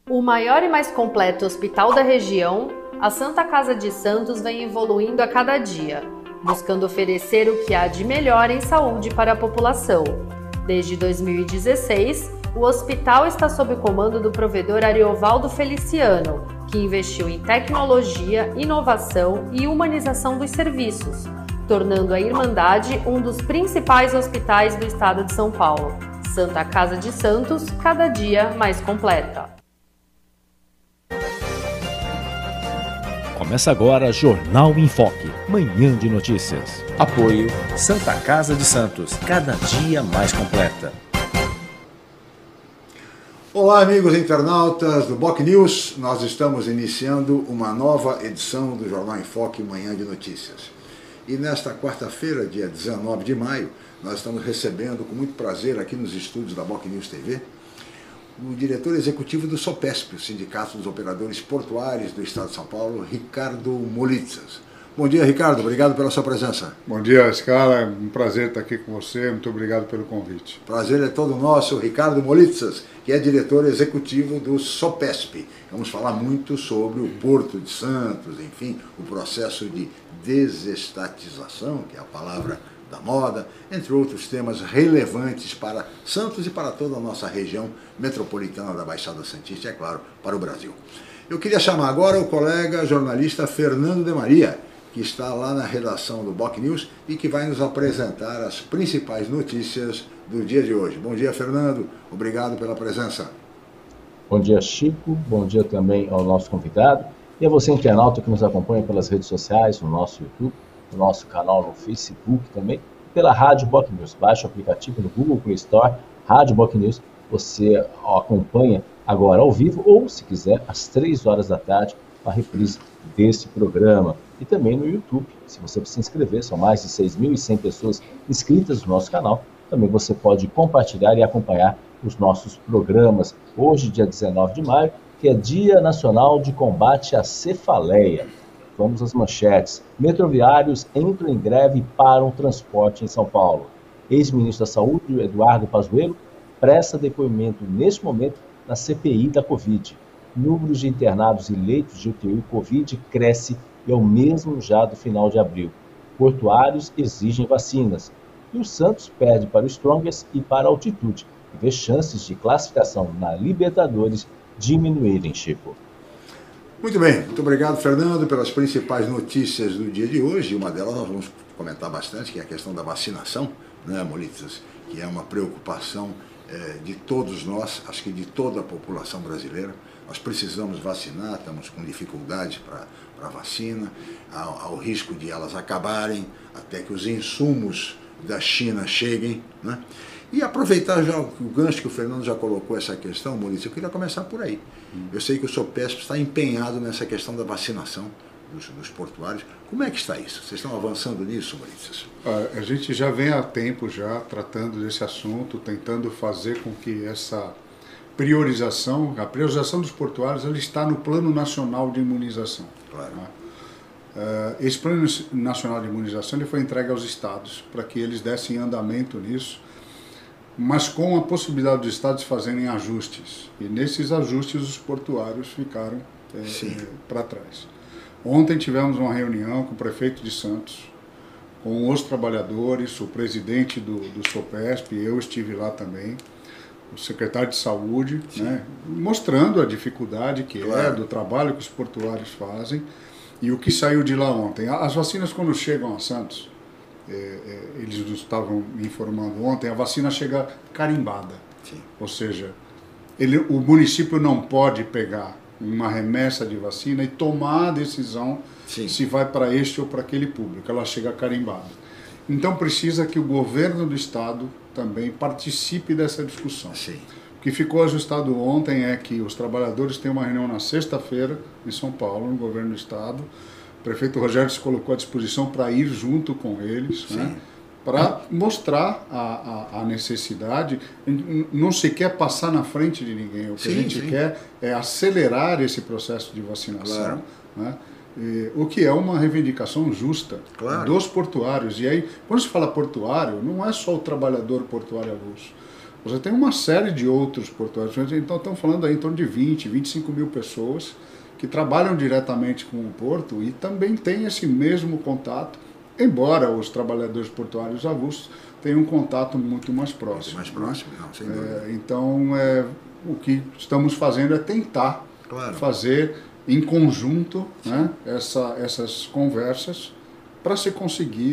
O maior e mais completo hospital da região, a Santa Casa de Santos vem evoluindo a cada dia, buscando oferecer o que há de melhor em saúde para a população. Desde 2016, o hospital está sob o comando do provedor Ariovaldo Feliciano, que investiu em tecnologia, inovação e humanização dos serviços, tornando a Irmandade um dos principais hospitais do estado de São Paulo. Santa Casa de Santos, cada dia mais completa. Começa agora Jornal em Foque, manhã de notícias. Apoio Santa Casa de Santos, cada dia mais completa. Olá, amigos internautas do Boc News. Nós estamos iniciando uma nova edição do Jornal em Foque, manhã de notícias. E nesta quarta-feira, dia 19 de maio, nós estamos recebendo com muito prazer aqui nos estúdios da Boc News TV o diretor executivo do SOPESP, o Sindicato dos Operadores Portuários do Estado de São Paulo, Ricardo Molitzas. Bom dia, Ricardo. Obrigado pela sua presença. Bom dia, Scala. É um prazer estar aqui com você. Muito obrigado pelo convite. Prazer é todo nosso. Ricardo Molitzas, que é diretor executivo do SOPESP. Vamos falar muito sobre o Porto de Santos, enfim, o processo de desestatização, que é a palavra da moda, entre outros temas relevantes para Santos e para toda a nossa região metropolitana da Baixada Santista e, é claro, para o Brasil. Eu queria chamar agora o colega jornalista Fernando de Maria, que está lá na redação do Boc News e que vai nos apresentar as principais notícias do dia de hoje. Bom dia, Fernando. Obrigado pela presença. Bom dia, Chico. Bom dia também ao nosso convidado e a você, internauta, que nos acompanha pelas redes sociais, no nosso YouTube, no nosso canal no Facebook também, pela Rádio Boc News. Baixe o aplicativo no Google Play Store, Rádio Boc News. Você acompanha agora ao vivo ou, se quiser, às 3 horas da tarde, a reprise desse programa. E também no YouTube, se você se inscrever, são mais de 6.100 pessoas inscritas no nosso canal. Também você pode compartilhar e acompanhar os nossos programas. Hoje, dia 19 de maio, que é Dia Nacional de Combate à Cefaleia. Vamos às manchetes. Metroviários entram em greve e param o transporte em São Paulo. Ex-ministro da Saúde, Eduardo Pazuello, presta depoimento neste momento na CPI da Covid. Números de internados e leitos de UTI Covid cresce e é o mesmo já do final de abril. Portuários exigem vacinas. E o Santos perde para o Strongest e para a Altitude, e vê chances de classificação na Libertadores diminuírem, Chico. Muito bem, muito obrigado, Fernando, pelas principais notícias do dia de hoje. Uma delas nós vamos comentar bastante, que é a questão da vacinação, né, Molitzas, que é uma preocupação de todos nós, acho que de toda a população brasileira. Nós precisamos vacinar, estamos com dificuldade para a vacina, há o risco de elas acabarem até que os insumos da China cheguem, né? E aproveitar já o gancho que o Fernando já colocou essa questão, Maurício, eu queria começar por aí. Eu sei que o SOPESP está empenhado nessa questão da vacinação dos portuários. Como é que está isso? Vocês estão avançando nisso, Maurício? A gente já vem há tempo já tratando desse assunto, tentando fazer com que essa priorização, a priorização dos portuários, ela está no Plano Nacional de Imunização. Claro. Né? Esse Plano Nacional de Imunização ele foi entregue aos estados para que eles dessem andamento nisso, mas com a possibilidade dos estados fazerem ajustes. E nesses ajustes os portuários ficaram para trás. Ontem tivemos uma reunião com o prefeito de Santos, com os trabalhadores, o presidente do SOPESP, eu estive lá também, o secretário de Saúde, né, mostrando a dificuldade que é do trabalho que os portuários fazem e o que saiu de lá ontem. As vacinas, quando chegam a Santos, eles nos estavam me informando ontem, a vacina chega carimbada. Sim. Ou seja, o município não pode pegar uma remessa de vacina e tomar a decisão se vai para este ou para aquele público. Ela chega carimbada. Então precisa que o governo do estado também participe dessa discussão. Sim. O que ficou ajustado ontem é que os trabalhadores têm uma reunião na sexta-feira em São Paulo, no governo do estado. O prefeito Rogério se colocou à disposição para ir junto com eles, né, para mostrar a necessidade. Não se quer passar na frente de ninguém, o que a gente quer é acelerar esse processo de vacinação, né, o que é uma reivindicação justa dos portuários. E aí, quando se fala portuário, não é só o trabalhador portuário avulso. você tem uma série de outros portuários. Então estamos falando aí em torno de 20, 25 mil pessoas que trabalham diretamente com o porto e também têm esse mesmo contato, embora os trabalhadores portuários avulsos tenham um contato muito mais próximo. Mais próximo, não, sem dúvida. Então, o que estamos fazendo é tentar fazer em conjunto, né, essas conversas para se conseguir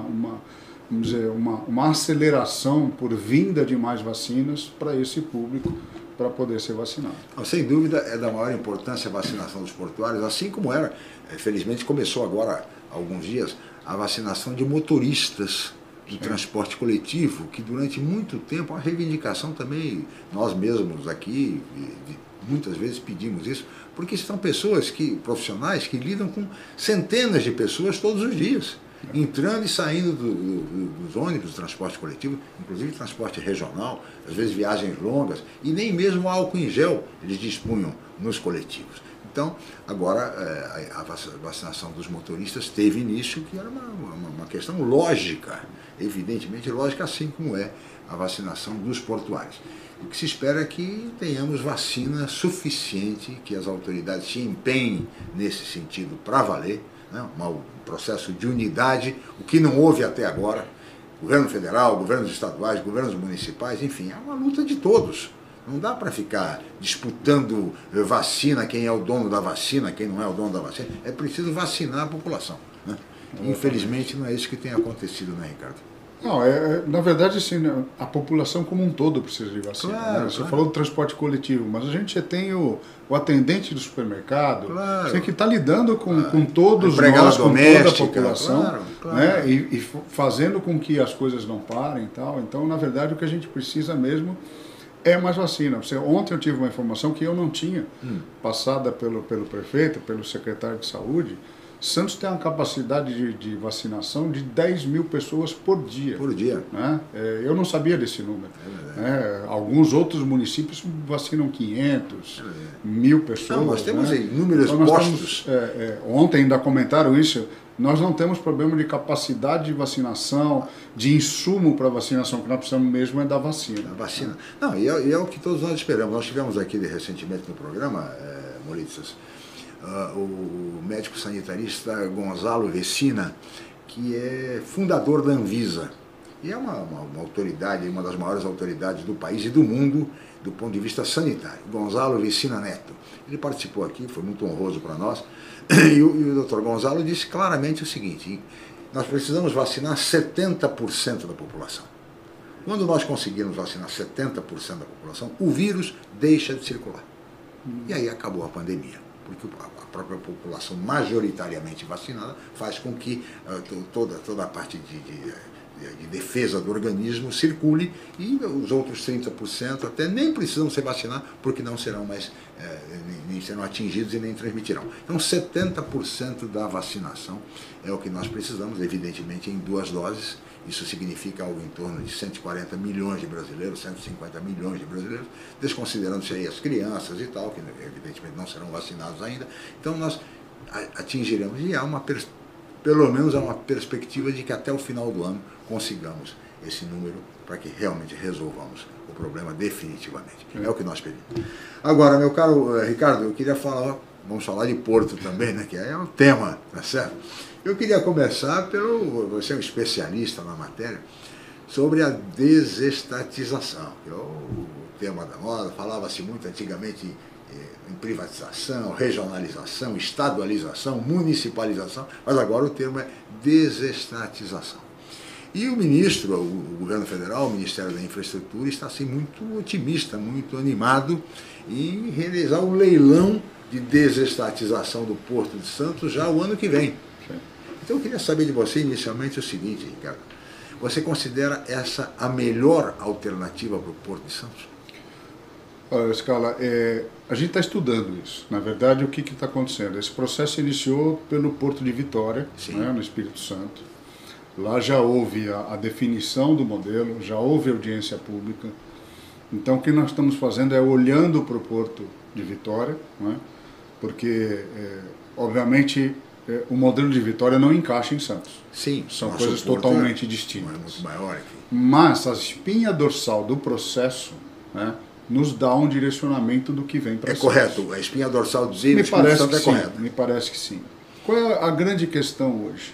vamos dizer, uma aceleração por vinda de mais vacinas para esse público, para poder ser vacinado. Sem dúvida, é da maior importância a vacinação dos portuários, assim como era, felizmente começou agora, há alguns dias, a vacinação de motoristas do transporte coletivo, que durante muito tempo, a reivindicação também, nós mesmos aqui, muitas vezes pedimos isso, porque são pessoas profissionais que lidam com centenas de pessoas todos os dias, entrando e saindo dos ônibus, do transporte coletivo, inclusive transporte regional, às vezes viagens longas, e nem mesmo álcool em gel eles dispunham nos coletivos. Então, agora, a vacinação dos motoristas teve início, que era uma questão lógica, evidentemente lógica, assim como é a vacinação dos portuários. O que se espera é que tenhamos vacina suficiente, que as autoridades se empenhem nesse sentido para valer, né? Um processo de unidade, o que não houve até agora, governo federal, governos estaduais, governos municipais, enfim, é uma luta de todos. Não dá para ficar disputando vacina, quem é o dono da vacina, quem não é o dono da vacina. É preciso vacinar a população, né? Infelizmente não é isso que tem acontecido, né, Ricardo? Não, na verdade, assim, a população como um todo precisa de vacina. Claro, né? Você falou do transporte coletivo, mas a gente já tem o atendente do supermercado, você tem que estar lidando com todos nós, com toda a população, né? E fazendo com que as coisas não parem e tal. Então, na verdade, o que a gente precisa mesmo é mais vacina. Ontem eu tive uma informação que eu não tinha, passada pelo prefeito, pelo secretário de saúde. Santos tem uma capacidade de vacinação de 10 mil pessoas por dia. Por dia. Né? Eu não sabia desse número. Alguns outros municípios vacinam 500, 1000 pessoas. Não, nós temos inúmeros postos. Ontem ainda comentaram isso. Nós não temos problema de capacidade de vacinação, de insumo para vacinação, o que nós precisamos mesmo é da vacina. A vacina. Não, e é o que todos nós esperamos. Nós tivemos aqui recentemente no programa, Molitzas, o médico sanitarista Gonzalo Vecina, que é fundador da Anvisa. E é uma autoridade, uma das maiores autoridades do país e do mundo do ponto de vista sanitário. Gonzalo Vecina Neto. Ele participou aqui, foi muito honroso para nós. E o Dr. Gonzalo disse claramente o seguinte: nós precisamos vacinar 70% da população. Quando nós conseguirmos vacinar 70% da população, o vírus deixa de circular. E aí acabou a pandemia, porque a própria população majoritariamente vacinada faz com que toda a parte de defesa do organismo circule e os outros 30% até nem precisam se vacinar porque não serão mais nem serão atingidos e nem transmitirão. Então 70% da vacinação é o que nós precisamos, evidentemente em 2 doses. Isso significa algo em torno de 140 milhões de brasileiros, 150 milhões de brasileiros, desconsiderando-se aí as crianças e tal, que evidentemente não serão vacinados ainda. Então nós atingiremos, e pelo menos há uma perspectiva de que até o final do ano consigamos esse número para que realmente resolvamos o problema definitivamente. É o que nós pedimos. Agora, meu caro Ricardo, eu queria vamos falar de Porto também, né, que é um tema, tá certo? Eu queria começar você é um especialista na matéria, sobre a desestatização, que é o tema da moda. Falava-se muito antigamente em privatização, regionalização, estadualização, municipalização, mas agora o termo é desestatização. E o ministro, o governo federal, o Ministério da Infraestrutura, está assim, muito otimista, muito animado em realizar um leilão de desestatização do Porto de Santos já o ano que vem. Então eu queria saber de você inicialmente o seguinte, Ricardo: você considera essa a melhor alternativa para o Porto de Santos? Olha, Scala, a gente está estudando isso. Na verdade, o que está acontecendo? Esse processo iniciou pelo Porto de Vitória, né, no Espírito Santo. Lá já houve a definição do modelo, já houve audiência pública. Então o que nós estamos fazendo é olhando para o Porto de Vitória, né, porque obviamente o modelo de Vitória não encaixa em Santos. Sim. São coisas totalmente distintas. É muito maior aqui. Mas a espinha dorsal do processo, né, nos dá um direcionamento do que vem para Santos. Correto, a espinha dorsal dizer Me parece que é sim, correta. me parece que sim. Qual é a grande questão hoje?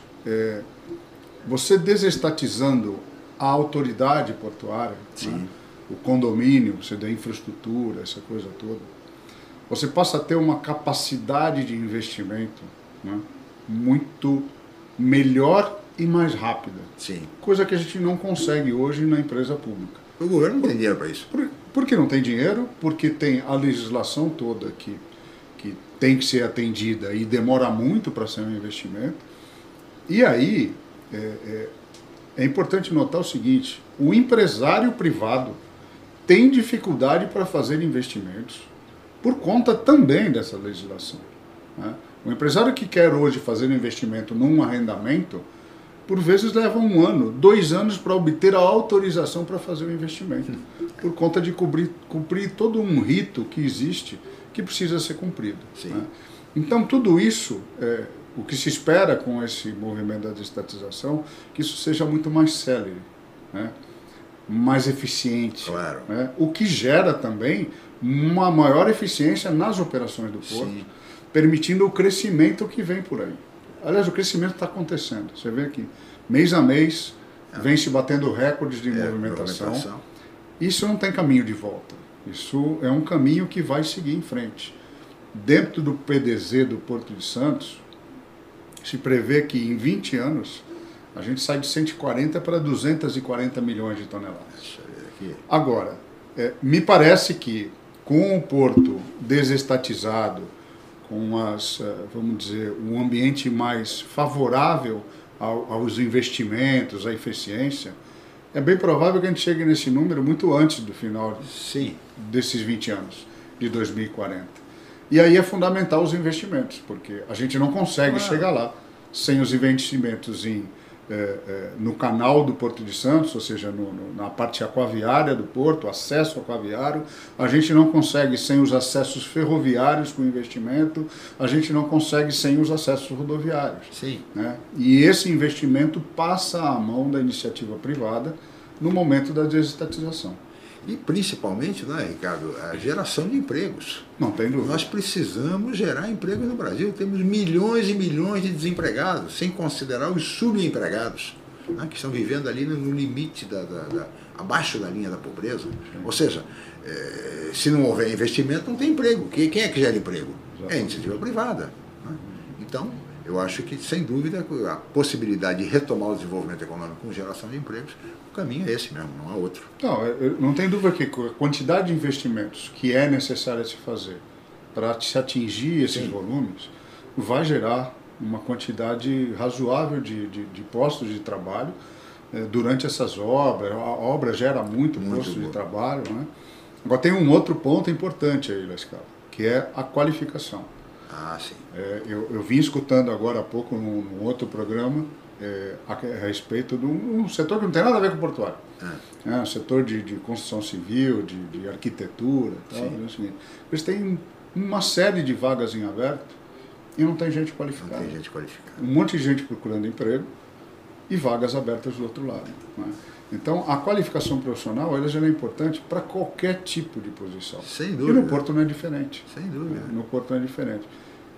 Você desestatizando a autoridade portuária, né, o condomínio, você dá infraestrutura, essa coisa toda, você passa a ter uma capacidade de investimento, né, muito melhor e mais rápida. Sim. Coisa que a gente não consegue hoje na empresa pública. O governo não tem dinheiro para isso. Por que não tem dinheiro? Porque tem a legislação toda que tem que ser atendida e demora muito para ser um investimento. E aí, é importante notar o seguinte, o empresário privado tem dificuldade para fazer investimentos por conta também dessa legislação, né? O empresário que quer hoje fazer um investimento num arrendamento, por vezes leva 1 ano, 2 anos para obter a autorização para fazer o investimento, por conta de cumprir todo um rito que existe, que precisa ser cumprido. Né? Então, tudo isso, o que se espera com esse movimento da desestatização, que isso seja muito mais célere, né? Mais eficiente, claro, né? O que gera também uma maior eficiência nas operações do porto, sim, permitindo o crescimento que vem por aí. Aliás, o crescimento está acontecendo. Você vê que mês a mês vem se batendo recordes de movimentação. Isso não tem caminho de volta. Isso é um caminho que vai seguir em frente. Dentro do PDZ do Porto de Santos, se prevê que em 20 anos a gente sai de 140 para 240 milhões de toneladas. Agora, me parece que com o porto desestatizado, com vamos dizer, um ambiente mais favorável aos investimentos, à eficiência, é bem provável que a gente chegue nesse número muito antes do final desses 20 anos, de 2040. E aí é fundamental os investimentos, porque a gente não consegue chegar lá sem os investimentos no canal do Porto de Santos, ou seja, na parte aquaviária do porto, acesso aquaviário. A gente não consegue sem os acessos ferroviários com investimento, a gente não consegue sem os acessos rodoviários. Sim. Né? E esse investimento passa à mão da iniciativa privada no momento da desestatização. E principalmente, né, Ricardo, a geração de empregos. Não tem dúvida. Nós precisamos gerar empregos no Brasil. Temos milhões e milhões de desempregados, sem considerar os subempregados, né, que estão vivendo ali no limite, abaixo da linha da pobreza. Ou seja, se não houver investimento, não tem emprego. Quem é que gera emprego? É a iniciativa privada. Né? Então, eu acho que, sem dúvida, a possibilidade de retomar o desenvolvimento econômico com geração de empregos, o caminho é esse mesmo, não há outro. Não tem dúvida que a quantidade de investimentos que é necessária se fazer para se atingir esses volumes vai gerar uma quantidade razoável de postos de trabalho durante essas obras. A obra gera muito posto de trabalho. Né? Agora tem um outro ponto importante aí, Lascala, que é a qualificação. Ah, sim. Eu vim escutando agora há pouco num outro programa a respeito de um setor que não tem nada a ver com o portuário. Um setor de construção civil, de arquitetura e tal. Eles têm uma série de vagas em aberto e não tem gente qualificada. Não tem gente qualificada. Um monte de gente procurando emprego e vagas abertas do outro lado. Né? Então, a qualificação profissional ela já é importante para qualquer tipo de posição. Sem dúvida. E no porto não é diferente. Sem dúvida. No porto não é diferente.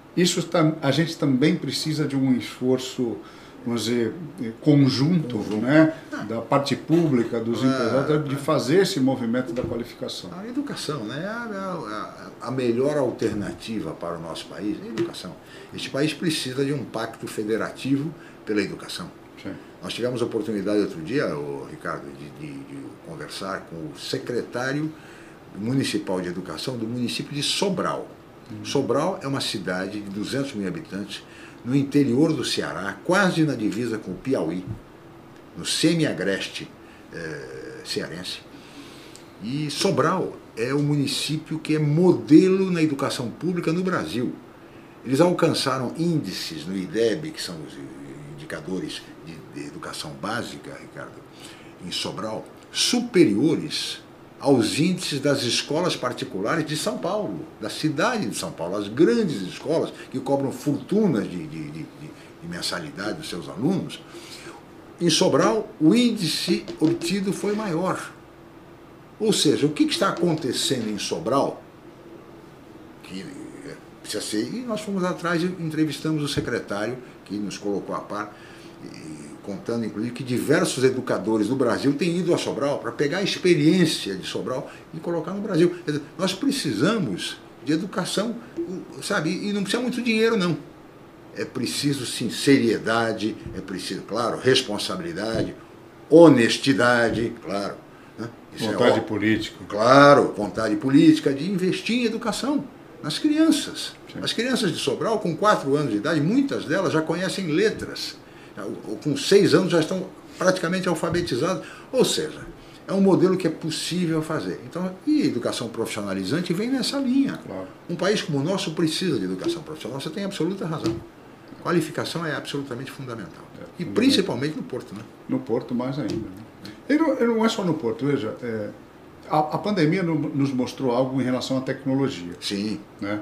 A gente também precisa de um esforço, vamos dizer, conjunto. Né? Da parte pública, dos empresários, de fazer esse movimento da qualificação. A educação, né? A melhor alternativa para o nosso país é a educação. Este país precisa de um pacto federativo pela educação. Sim. Nós tivemos a oportunidade outro dia, Ricardo, de conversar com o secretário municipal de educação do município de Sobral. Sobral é uma cidade de 200 mil habitantes, no interior do Ceará, quase na divisa com o Piauí, no semi-agreste cearense. E Sobral é o município que é modelo na educação pública no Brasil. Eles alcançaram índices no IDEB, que são os indicadores de educação básica, Ricardo, em Sobral, superiores aos índices das escolas particulares de São Paulo, da cidade de São Paulo, as grandes escolas que cobram fortunas de mensalidade dos seus alunos. Em Sobral, o índice obtido foi maior. Ou seja, o que está acontecendo em Sobral, que precisa ser, e nós fomos atrás e entrevistamos o secretário, que nos colocou a par, contando inclusive que diversos educadores do Brasil têm ido a Sobral para pegar a experiência de Sobral e colocar no Brasil. Quer dizer, nós precisamos de educação, sabe, e não precisa muito dinheiro, não. É preciso, sim, seriedade, é preciso, claro, responsabilidade, honestidade, claro. Né? Vontade política. Claro, vontade política de investir em educação nas crianças. Sim. As crianças de Sobral, com 4 anos de idade, muitas delas já conhecem letras. Com 6 anos já estão praticamente alfabetizadas. Ou seja, é um modelo que é possível fazer. Então, e a educação profissionalizante vem nessa linha. Claro. Um país como o nosso precisa de educação profissional, você tem absoluta razão. Qualificação é absolutamente fundamental. E principalmente no Porto, né? No Porto mais ainda. Né? E não é só no Porto, veja, a pandemia nos mostrou algo em relação à tecnologia. Sim. Né?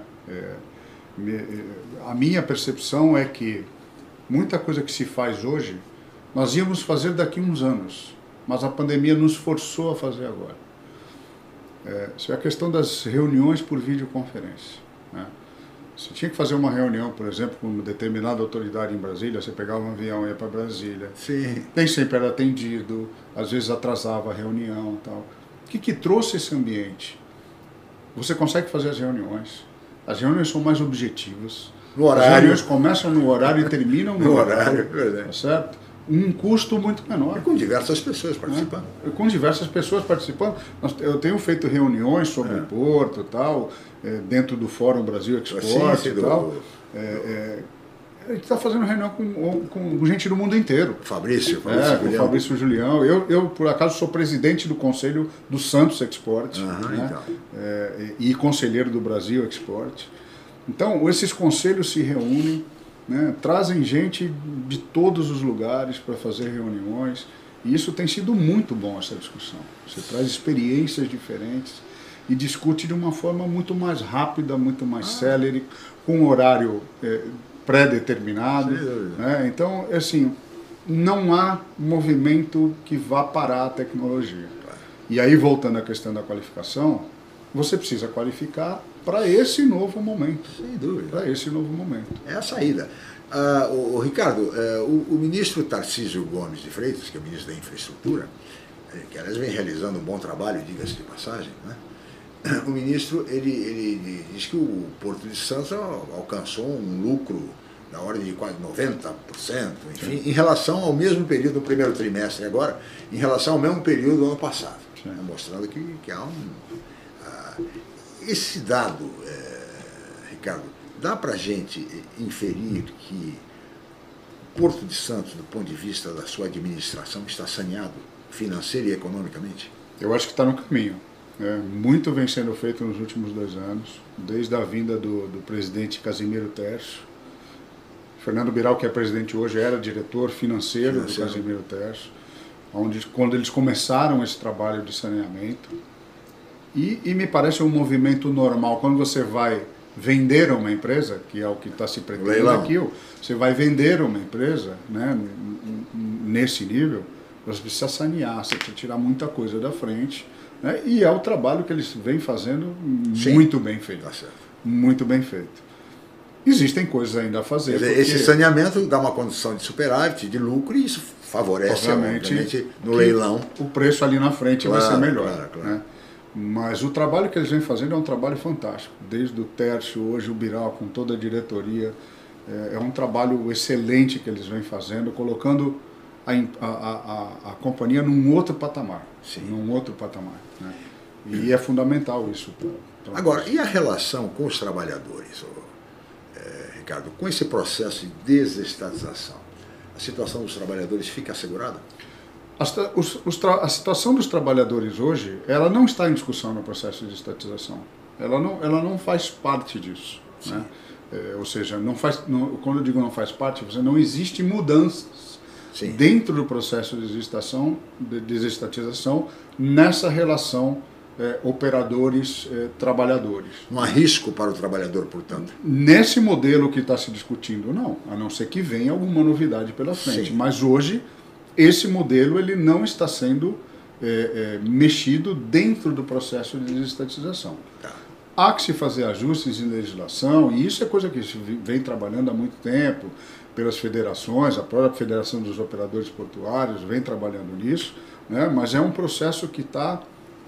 A minha percepção é que muita coisa que se faz hoje, nós íamos fazer daqui a uns anos, mas a pandemia nos forçou a fazer agora. Isso é a questão das reuniões por videoconferência. Né? Você tinha que fazer uma reunião, por exemplo, com uma determinada autoridade em Brasília, você pegava um avião e ia para Brasília. Sim. Nem sempre era atendido, às vezes atrasava a reunião e tal. O que trouxe esse ambiente? Você consegue fazer as reuniões são mais objetivas. No horário. As reuniões começam no horário e terminam no horário. Tá certo? Um custo muito menor. E com diversas pessoas participando. Com diversas pessoas participando. Eu tenho feito reuniões sobre o Porto e tal, dentro do Fórum Brasil Export e tal. A gente está fazendo reunião com gente do mundo inteiro. Fabrício com o Fabrício Julião. Eu, por acaso, sou presidente do Conselho do Santos Export, né? Então. E conselheiro do Brasil Export. Então, esses conselhos se reúnem, né, trazem gente de todos os lugares para fazer reuniões, e isso tem sido muito bom, essa discussão. Você traz experiências diferentes e discute de uma forma muito mais rápida, muito mais célere, com um horário pré-determinado. Né? Então, assim, não há movimento que vá parar a tecnologia. E aí, voltando à questão da qualificação, você precisa qualificar para esse novo momento. Sem dúvida. Para esse novo momento. É a saída. Ricardo, o ministro Tarcísio Gomes de Freitas, que é o ministro da Infraestrutura, que aliás vem realizando um bom trabalho, diga-se de passagem, né? O ministro ele diz que o Porto de Santos alcançou um lucro da ordem de quase 90%, enfim, em relação ao mesmo período do primeiro trimestre agora, em relação ao mesmo período do ano passado. Mostrando que há esse dado, Ricardo, dá para a gente inferir que Porto de Santos, do ponto de vista da sua administração, está saneado financeira e economicamente? Eu acho que está no caminho. Muito vem sendo feito nos últimos 2 anos, desde a vinda do presidente Casimiro Terço. Fernando Biral, que é presidente hoje, era diretor financeiro do Casimiro Terço, quando eles começaram esse trabalho de saneamento. E me parece um movimento normal. Quando você vai vender uma empresa, que é o que está se pretendendo aqui, você vai vender uma empresa, né, nesse nível, você precisa sanear, você precisa tirar muita coisa da frente, né, e é o trabalho que eles vêm fazendo muito bem feito. Tá certo. Muito bem feito. Existem coisas ainda a fazer. Quer dizer, esse saneamento dá uma condição de superávit, de lucro, e isso favorece, obviamente no leilão. O preço ali na frente vai ser melhor. Claro. Né? Mas o trabalho que eles vêm fazendo é um trabalho fantástico. Desde o Tércio, hoje o Biral, com toda a diretoria, é um trabalho excelente que eles vêm fazendo, colocando a companhia num outro patamar. Sim. Num outro patamar. Né? E é fundamental isso. Agora, e a relação com os trabalhadores, Ricardo, com esse processo de desestatização? A situação dos trabalhadores fica assegurada? A situação dos trabalhadores hoje, ela não está em discussão no processo de estatização. Ela não faz parte disso. Né? Ou seja, quando eu digo não faz parte, não existe mudanças dentro do processo de desestatização nessa relação operadores, trabalhadores. Não há risco para o trabalhador, portanto? Nesse modelo que está se discutindo, não. A não ser que venha alguma novidade pela frente. Sim. Mas hoje, esse modelo ele não está sendo mexido dentro do processo de desestatização. Tá. Há que se fazer ajustes em legislação, e isso é coisa que se vem trabalhando há muito tempo, pelas federações, a própria Federação dos Operadores Portuários vem trabalhando nisso, né? Mas é um processo que está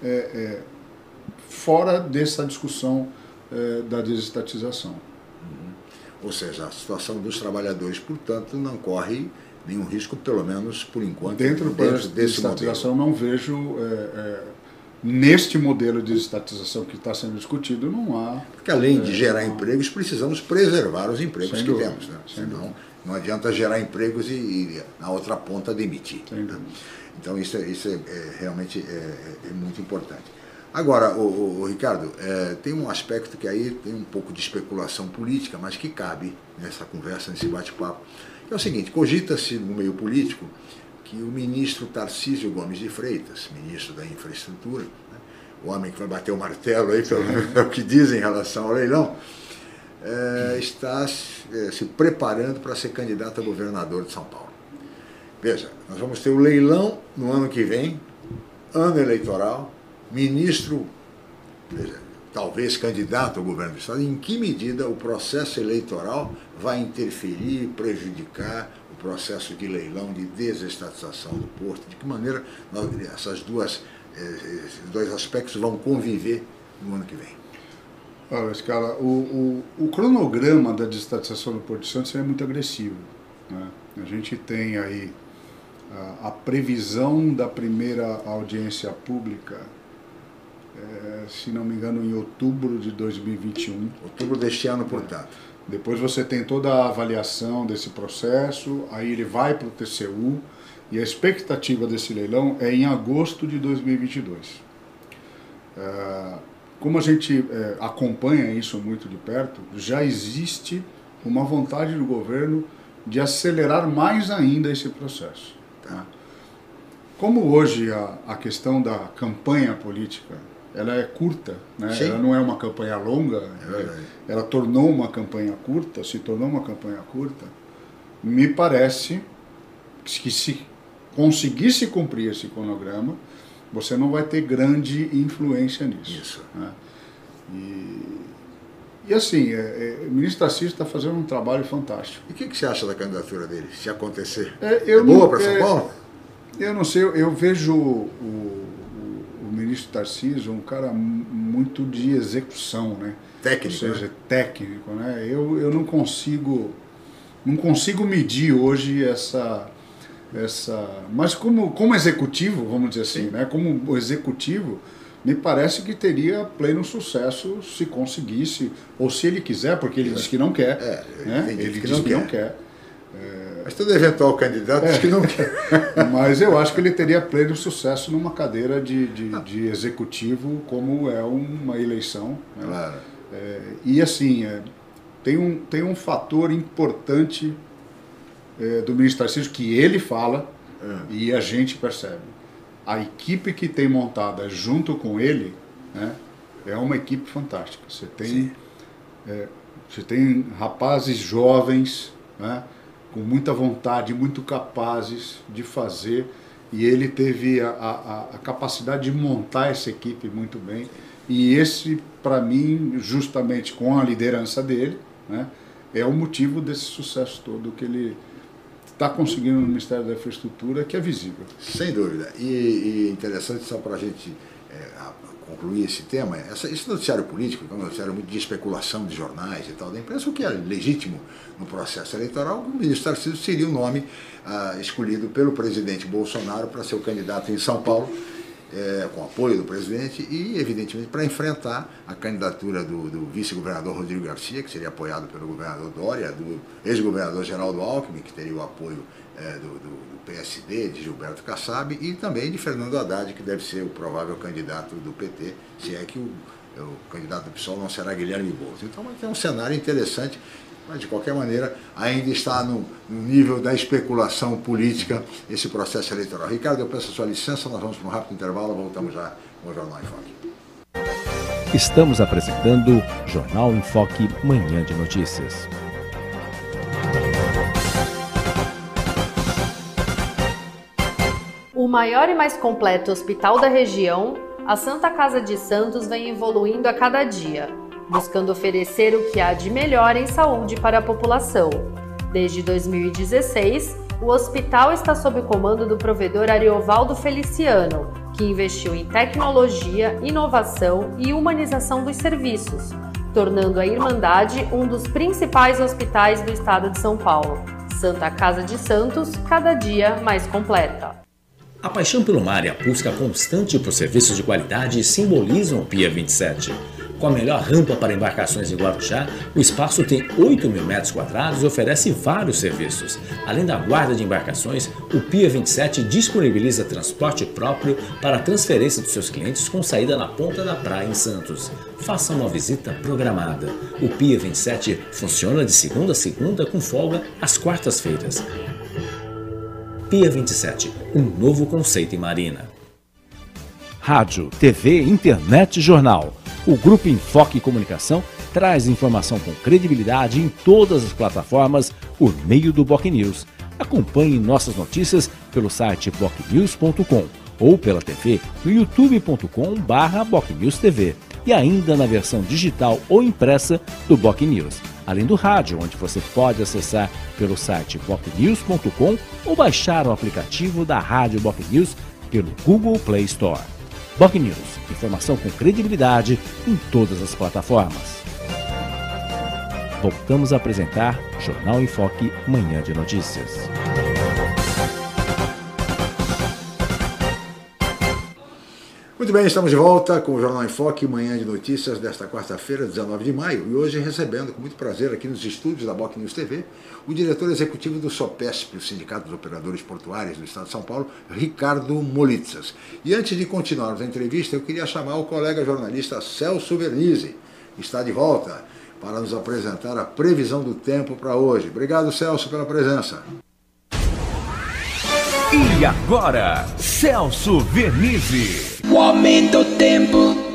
fora dessa discussão da desestatização. Ou seja, a situação dos trabalhadores, portanto, não corre nenhum risco, pelo menos por enquanto, dentro desse desestatização modelo. não vejo, neste modelo de desestatização que está sendo discutido, não há... Porque além de gerar empregos, precisamos preservar os empregos Sem que dúvida, temos. Né? sem Senão, dúvida. não adianta gerar empregos e na outra ponta demitir. Sem dúvida. Então isso realmente é muito importante. Agora, o Ricardo, tem um aspecto que aí tem um pouco de especulação política, mas que cabe nessa conversa, nesse bate-papo. É o seguinte, cogita-se no meio político que o ministro Tarcísio Gomes de Freitas, ministro da Infraestrutura, né, o homem que vai bater o martelo aí, pelo que dizem em relação ao leilão, está se preparando para ser candidato a governador de São Paulo. Veja, nós vamos ter o leilão no ano que vem, ano eleitoral, ministro, veja, talvez candidato ao governo do Estado. Em que medida o processo eleitoral vai interferir, prejudicar o processo de leilão, de desestatização do porto? De que maneira esses dois aspectos vão conviver no ano que vem? Olha, Scala, o cronograma da desestatização do Porto de Santos é muito agressivo, né? A gente tem aí a previsão da primeira audiência pública, se não me engano, em outubro de 2021. Outubro deste ano, portanto. Depois você tem toda a avaliação desse processo, aí ele vai para o TCU, e a expectativa desse leilão é em agosto de 2022. Como a gente acompanha isso muito de perto, já existe uma vontade do governo de acelerar mais ainda esse processo. Tá? Como hoje a questão da campanha política ela é curta, né? Ela não é uma campanha longa, ela tornou uma campanha curta, se tornou uma campanha curta, me parece que se conseguisse cumprir esse cronograma, você não vai ter grande influência nisso. Isso. Né? E assim, o ministro Tarcísio está fazendo um trabalho fantástico. E o que você acha da candidatura dele, se acontecer? É boa para São Paulo? Eu não sei, eu vejo o ministro Tarcísio um cara muito de execução, né? Técnico, ou seja, né? Técnico, né? Eu não consigo medir hoje essa mas como executivo, vamos dizer assim, né? Como executivo, me parece que teria pleno sucesso se conseguisse, ou se ele quiser, porque ele diz que não quer, né? Ele diz que não quer. Mas todo eventual candidato diz que não quer. Mas eu acho que ele teria pleno sucesso numa cadeira de executivo, como é uma eleição. Né? Claro. E assim, tem um fator importante do ministro Tarcísio que ele fala e a gente percebe. A equipe que tem montada junto com ele, né, é uma equipe fantástica. Você tem rapazes jovens, né, com muita vontade, muito capazes de fazer, e ele teve a capacidade de montar essa equipe muito bem. E esse, para mim, justamente com a liderança dele, né, é o motivo desse sucesso todo que ele está conseguindo no Ministério da Infraestrutura, que é visível. Sem dúvida. E interessante, só para a gente concluir esse tema, esse noticiário político, que é um noticiário muito de especulação de jornais e tal, da imprensa, o que é legítimo no processo eleitoral, o ministro Tarcísio seria o nome escolhido pelo presidente Bolsonaro para ser o candidato em São Paulo, com apoio do presidente e, evidentemente, para enfrentar a candidatura do vice-governador Rodrigo Garcia, que seria apoiado pelo governador Dória, do ex-governador Geraldo Alckmin, que teria o apoio do PSD, de Gilberto Kassab, e também de Fernando Haddad, que deve ser o provável candidato do PT, se é que o candidato do PSOL não será Guilherme Boulos. Então vai ter um cenário interessante, mas de qualquer maneira ainda está no nível da especulação política esse processo eleitoral. Ricardo, eu peço a sua licença, nós vamos para um rápido intervalo, voltamos já com o Jornal em Foque. Estamos apresentando Jornal em Foque, Manhã de Notícias. O maior e mais completo hospital da região, a Santa Casa de Santos vem evoluindo a cada dia, buscando oferecer o que há de melhor em saúde para a população. Desde 2016, o hospital está sob o comando do provedor Ariovaldo Feliciano, que investiu em tecnologia, inovação e humanização dos serviços, tornando a Irmandade um dos principais hospitais do estado de São Paulo. Santa Casa de Santos, cada dia mais completa. A paixão pelo mar e a busca constante por serviços de qualidade simbolizam o Pia 27. Com a melhor rampa para embarcações em Guarujá, o espaço tem 8.000 metros quadrados e oferece vários serviços. Além da guarda de embarcações, o Pia 27 disponibiliza transporte próprio para a transferência dos seus clientes com saída na ponta da praia em Santos. Faça uma visita programada. O Pia 27 funciona de segunda a segunda com folga às quartas-feiras. Pia 27, um novo conceito em marina. Rádio, TV, internet, jornal. O Grupo Enfoque Comunicação traz informação com credibilidade em todas as plataformas por meio do BocNews. Acompanhe nossas notícias pelo site bocnews.com ou pela TV no youtube.com/BocNewsTV e ainda na versão digital ou impressa do BocNews. Além do rádio, onde você pode acessar pelo site bocnews.com ou baixar o aplicativo da Rádio BocNews pelo Google Play Store. BocNews, informação com credibilidade em todas as plataformas. Voltamos a apresentar Jornal em Foque, Manhã de Notícias. Muito bem, estamos de volta com o Jornal em Foque, Manhã de Notícias desta quarta-feira, 19 de maio, e hoje recebendo com muito prazer aqui nos estúdios da BocNews TV o diretor executivo do SOPESP, o Sindicato dos Operadores Portuários do Estado de São Paulo, Ricardo Molitzas. E antes de continuarmos a entrevista, eu queria chamar o colega jornalista Celso Vernizzi, que está de volta, para nos apresentar a previsão do tempo para hoje. Obrigado, Celso, pela presença. E agora, Celso Vernizzi. O aumento do tempo.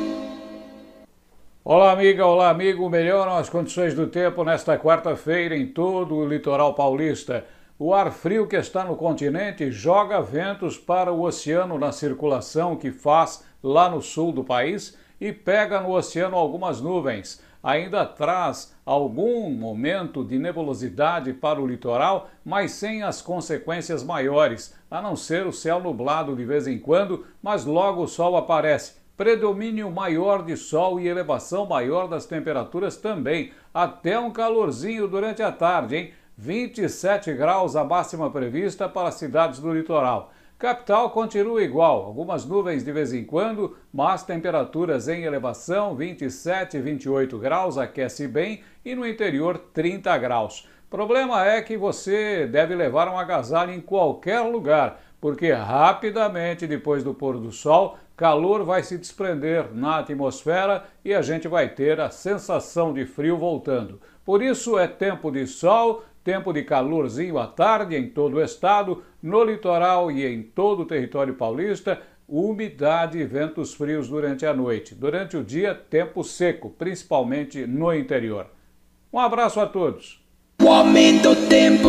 Olá, amiga, olá, amigo. Melhoram as condições do tempo nesta quarta-feira em todo o litoral paulista. O ar frio que está no continente joga ventos para o oceano na circulação que faz lá no sul do país e pega no oceano algumas nuvens. Ainda traz algum momento de nebulosidade para o litoral, mas sem as consequências maiores, a não ser o céu nublado de vez em quando, mas logo o sol aparece. Predomínio maior de sol e elevação maior das temperaturas também, até um calorzinho durante a tarde, hein? 27 graus a máxima prevista para as cidades do litoral. Capital continua igual, algumas nuvens de vez em quando, mas temperaturas em elevação, 27 e 28 graus, aquece bem, e no interior 30 graus. Problema é que você deve levar um agasalho em qualquer lugar, porque rapidamente depois do pôr do sol, calor vai se desprender na atmosfera e a gente vai ter a sensação de frio voltando. Por isso é tempo de sol, tempo de calorzinho à tarde em todo o estado, no litoral e em todo o território paulista, umidade e ventos frios durante a noite. Durante o dia, tempo seco, principalmente no interior. Um abraço a todos. O aumento do tempo.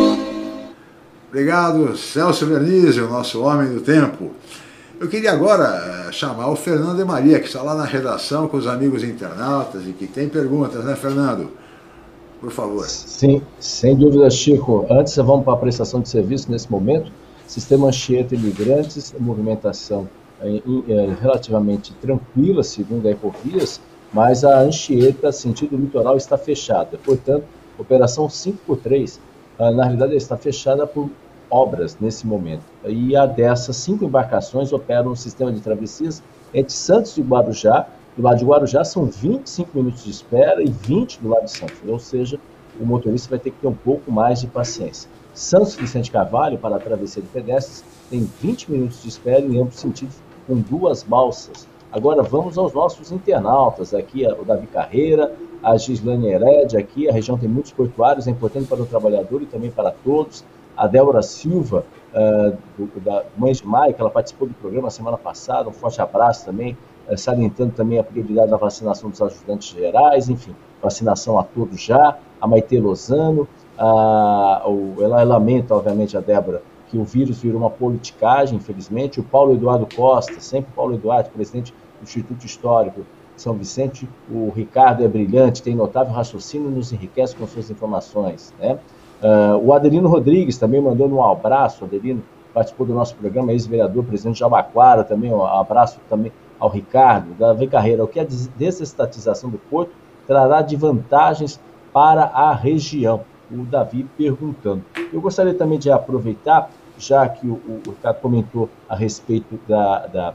Obrigado, Celso Vernizzi, o nosso homem do tempo. Eu queria agora chamar o Fernando de Maria, que está lá na redação com os amigos internautas e que tem perguntas, né, Fernando? Por favor. Sim, sem dúvida, Chico. Antes, vamos para a prestação de serviço nesse momento. Sistema Anchieta Imigrantes, movimentação relativamente tranquila, segundo a Ecovias, mas a Anchieta, sentido litoral, está fechada. Portanto, operação 5x3, na realidade, está fechada por obras nesse momento. E a dessas 5 embarcações operam um sistema de travessias entre Santos e Guarujá. Do lado de Guarujá são 25 minutos de espera e 20 do lado de Santos, ou seja, o motorista vai ter que ter um pouco mais de paciência. Santos Vicente Carvalho, para a travessia de pedestres, tem 20 minutos de espera em ambos sentidos, com 2 balsas. Agora vamos aos nossos internautas, aqui o Davi Carreira, a Gislane Hered, aqui a região tem muitos portuários, é importante para o trabalhador e também para todos. A Débora Silva, da Mães de Maio, que ela participou do programa semana passada, um forte abraço também salientando também a prioridade da vacinação dos ajudantes gerais, enfim, vacinação a todos já. A Maite Lozano, ela lamenta, obviamente, a Débora, que o vírus virou uma politicagem, infelizmente. O Paulo Eduardo Costa, sempre Paulo Eduardo, presidente do Instituto Histórico de São Vicente, o Ricardo é brilhante, tem notável raciocínio e nos enriquece com suas informações, né? O Adelino Rodrigues também mandou um abraço. O Adelino participou do nosso programa, ex-vereador, presidente de Jabaquara, também um abraço também ao Ricardo. Davi Carreira, o que a desestatização do porto trará de vantagens para a região? O Davi perguntando. Eu gostaria também de aproveitar, já que o Ricardo comentou a respeito da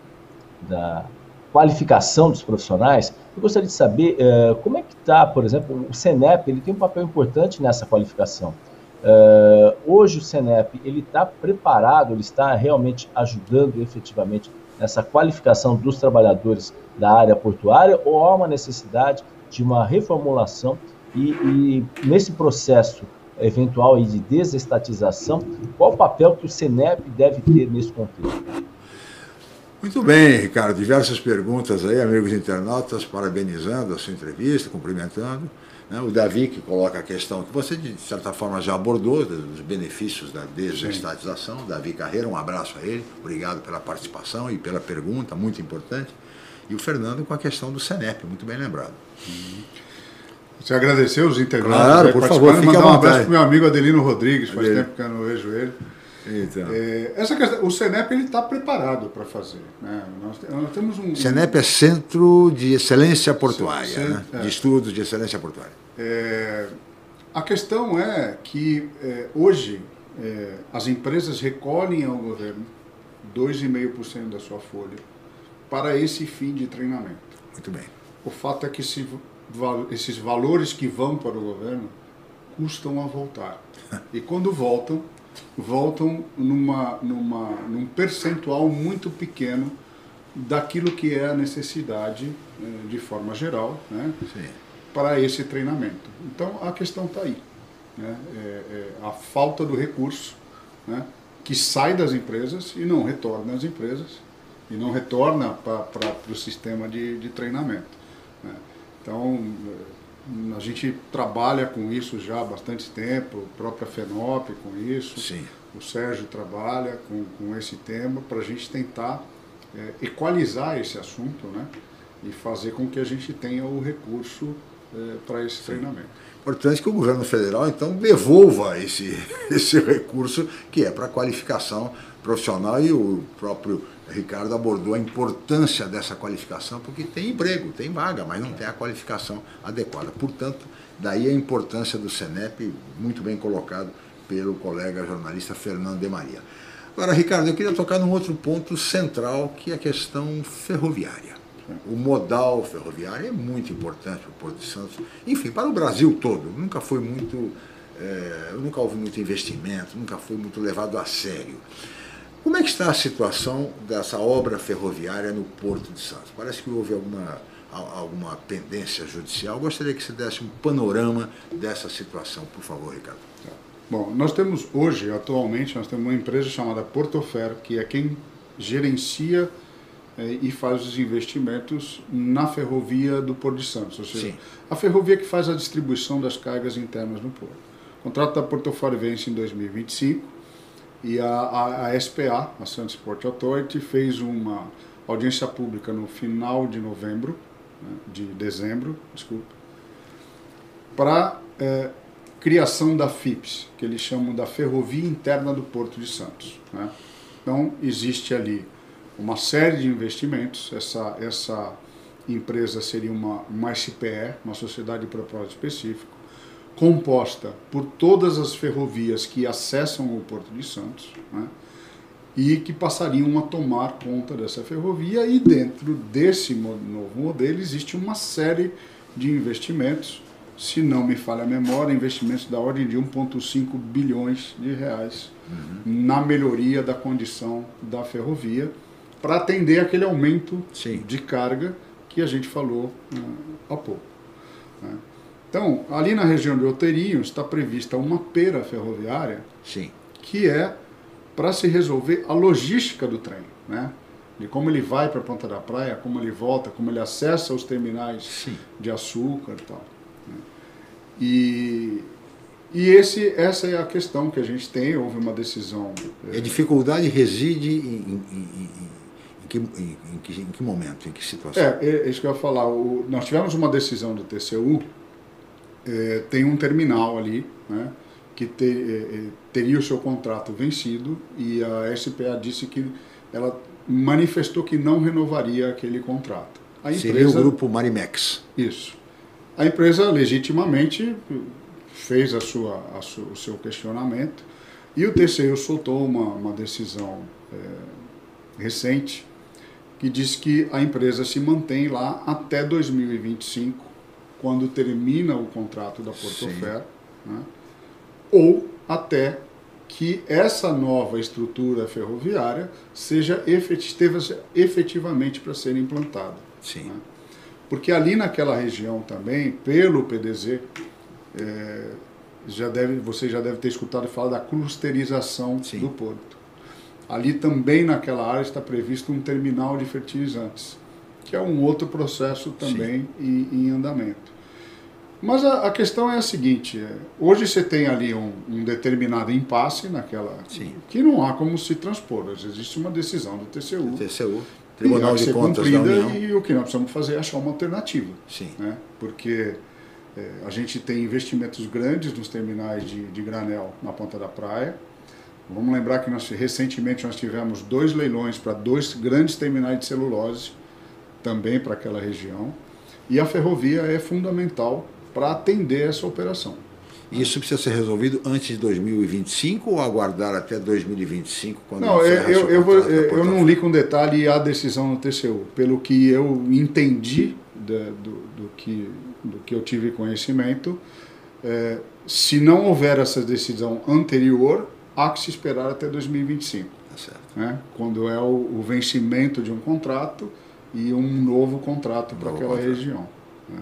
qualificação dos profissionais, eu gostaria de saber como é que está, por exemplo, o Senep, ele tem um papel importante nessa qualificação. Hoje o Senep, ele está preparado, ele está realmente ajudando efetivamente nessa qualificação dos trabalhadores da área portuária, ou há uma necessidade de uma reformulação e nesse processo eventual de desestatização, qual o papel que o Senep deve ter nesse contexto? Muito bem, Ricardo. Diversas perguntas aí, amigos internautas, parabenizando a sua entrevista, cumprimentando. O Davi, que coloca a questão que você, de certa forma, já abordou, dos benefícios da desestatização. Davi Carreira, um abraço a ele. Obrigado pela participação e pela pergunta, muito importante. E o Fernando com a questão do Senep, muito bem lembrado. Você agradeceu os internautas? Claro, por favor, fique à vontade. Mandar um abraço para o meu amigo Adelino Rodrigues, faz tempo que eu não vejo ele. Então. Essa questão, o Senep está preparado para fazer, né? Nós temos Senep é Centro de Excelência Portuária, né? De Estudos de Excelência Portuária. A questão é que hoje as empresas recolhem ao governo 2,5% da sua folha para esse fim de treinamento. Muito bem. O fato é que esses valores que vão para o governo custam a voltar. E quando voltam num percentual muito pequeno daquilo que é a necessidade de forma geral, né, para esse treinamento. Então a questão está aí, né, a falta do recurso, né, que sai das empresas e não retorna às empresas e não retorna para o sistema de treinamento, né. Então a gente trabalha com isso já há bastante tempo, a própria FENOP com isso. Sim. O Sérgio trabalha com esse tema para a gente tentar equalizar esse assunto, né, e fazer com que a gente tenha o recurso para esse treinamento. Importante que o governo federal, então, devolva esse recurso que é para a qualificação profissional, e o próprio Ricardo abordou a importância dessa qualificação, porque tem emprego, tem vaga, mas não tem a qualificação adequada. Portanto, daí a importância do Senep, muito bem colocado pelo colega jornalista Fernando de Maria. Agora, Ricardo, eu queria tocar num outro ponto central, que é a questão ferroviária. O modal ferroviário é muito importante para o Porto de Santos, enfim, para o Brasil todo. Nunca houve muito investimento, nunca foi muito levado a sério. Como é que está a situação dessa obra ferroviária no Porto de Santos? Parece que houve alguma pendência judicial. Gostaria que você desse um panorama dessa situação, por favor, Ricardo. Bom, nós temos hoje, atualmente, nós temos uma empresa chamada Portofer, que é quem gerencia e faz os investimentos na ferrovia do Porto de Santos, ou seja, a ferrovia que faz a distribuição das cargas internas no porto. O contrato da Portofer vence em 2025 e a SPA, a Santos Port Authority, fez uma audiência pública no final de dezembro, para criação da FIPS, que eles chamam da Ferrovia Interna do Porto de Santos, né? Então, existe ali uma série de investimentos. Essa empresa seria uma SPE, uma Sociedade de Propósito Específico, composta por todas as ferrovias que acessam o Porto de Santos, né, e que passariam a tomar conta dessa ferrovia, e dentro desse novo modelo existe uma série de investimentos, se não me falha a memória, investimentos da ordem de 1,5 bilhões de reais na melhoria da condição da ferrovia, para atender aquele aumento de carga que a gente falou há pouco, né. Então, ali na região de Outeirinho está prevista uma pera ferroviária, que é para se resolver a logística do trem, né? de como ele vai para a Ponta da Praia, como ele volta, como ele acessa os terminais de açúcar e tal. Né? E essa é a questão que a gente tem. Houve uma decisão... A dificuldade reside em que momento, em que situação? É isso que eu ia falar. Nós tivemos uma decisão do TCU, tem um terminal ali, né, que teria o seu contrato vencido, e a SPA disse que ela manifestou que não renovaria aquele contrato. Seria o grupo Marimex. Isso. A empresa legitimamente fez o seu questionamento, e o TCU soltou uma decisão recente que diz que a empresa se mantém lá até 2025, quando termina o contrato da Portofer, né, ou até que essa nova estrutura ferroviária esteja efetivamente para ser implantada. Sim. Né? Porque ali naquela região também, pelo PDZ, você já deve ter escutado falar da clusterização do porto. Ali também naquela área está previsto um terminal de fertilizantes, que é um outro processo também em andamento. Mas a questão é a seguinte, hoje você tem ali um determinado impasse naquela... que não há como se transpor. Existe uma decisão do TCU. Tribunal de Contas da União. E o que nós precisamos fazer é achar uma alternativa. Sim. Né? Porque a gente tem investimentos grandes nos terminais de granel na Ponta da Praia. Vamos lembrar que recentemente nós tivemos 2 leilões para 2 grandes terminais de celulose, também para aquela região. E a ferrovia é fundamental para atender essa operação. E isso precisa ser resolvido antes de 2025 ou aguardar até 2025? Quando não, eu não li com detalhe a decisão do TCU. Pelo que eu entendi do que eu tive conhecimento, se não houver essa decisão anterior, há que se esperar até 2025. Tá certo. Né? Quando é o vencimento de um contrato e um novo contrato para aquela região. Né?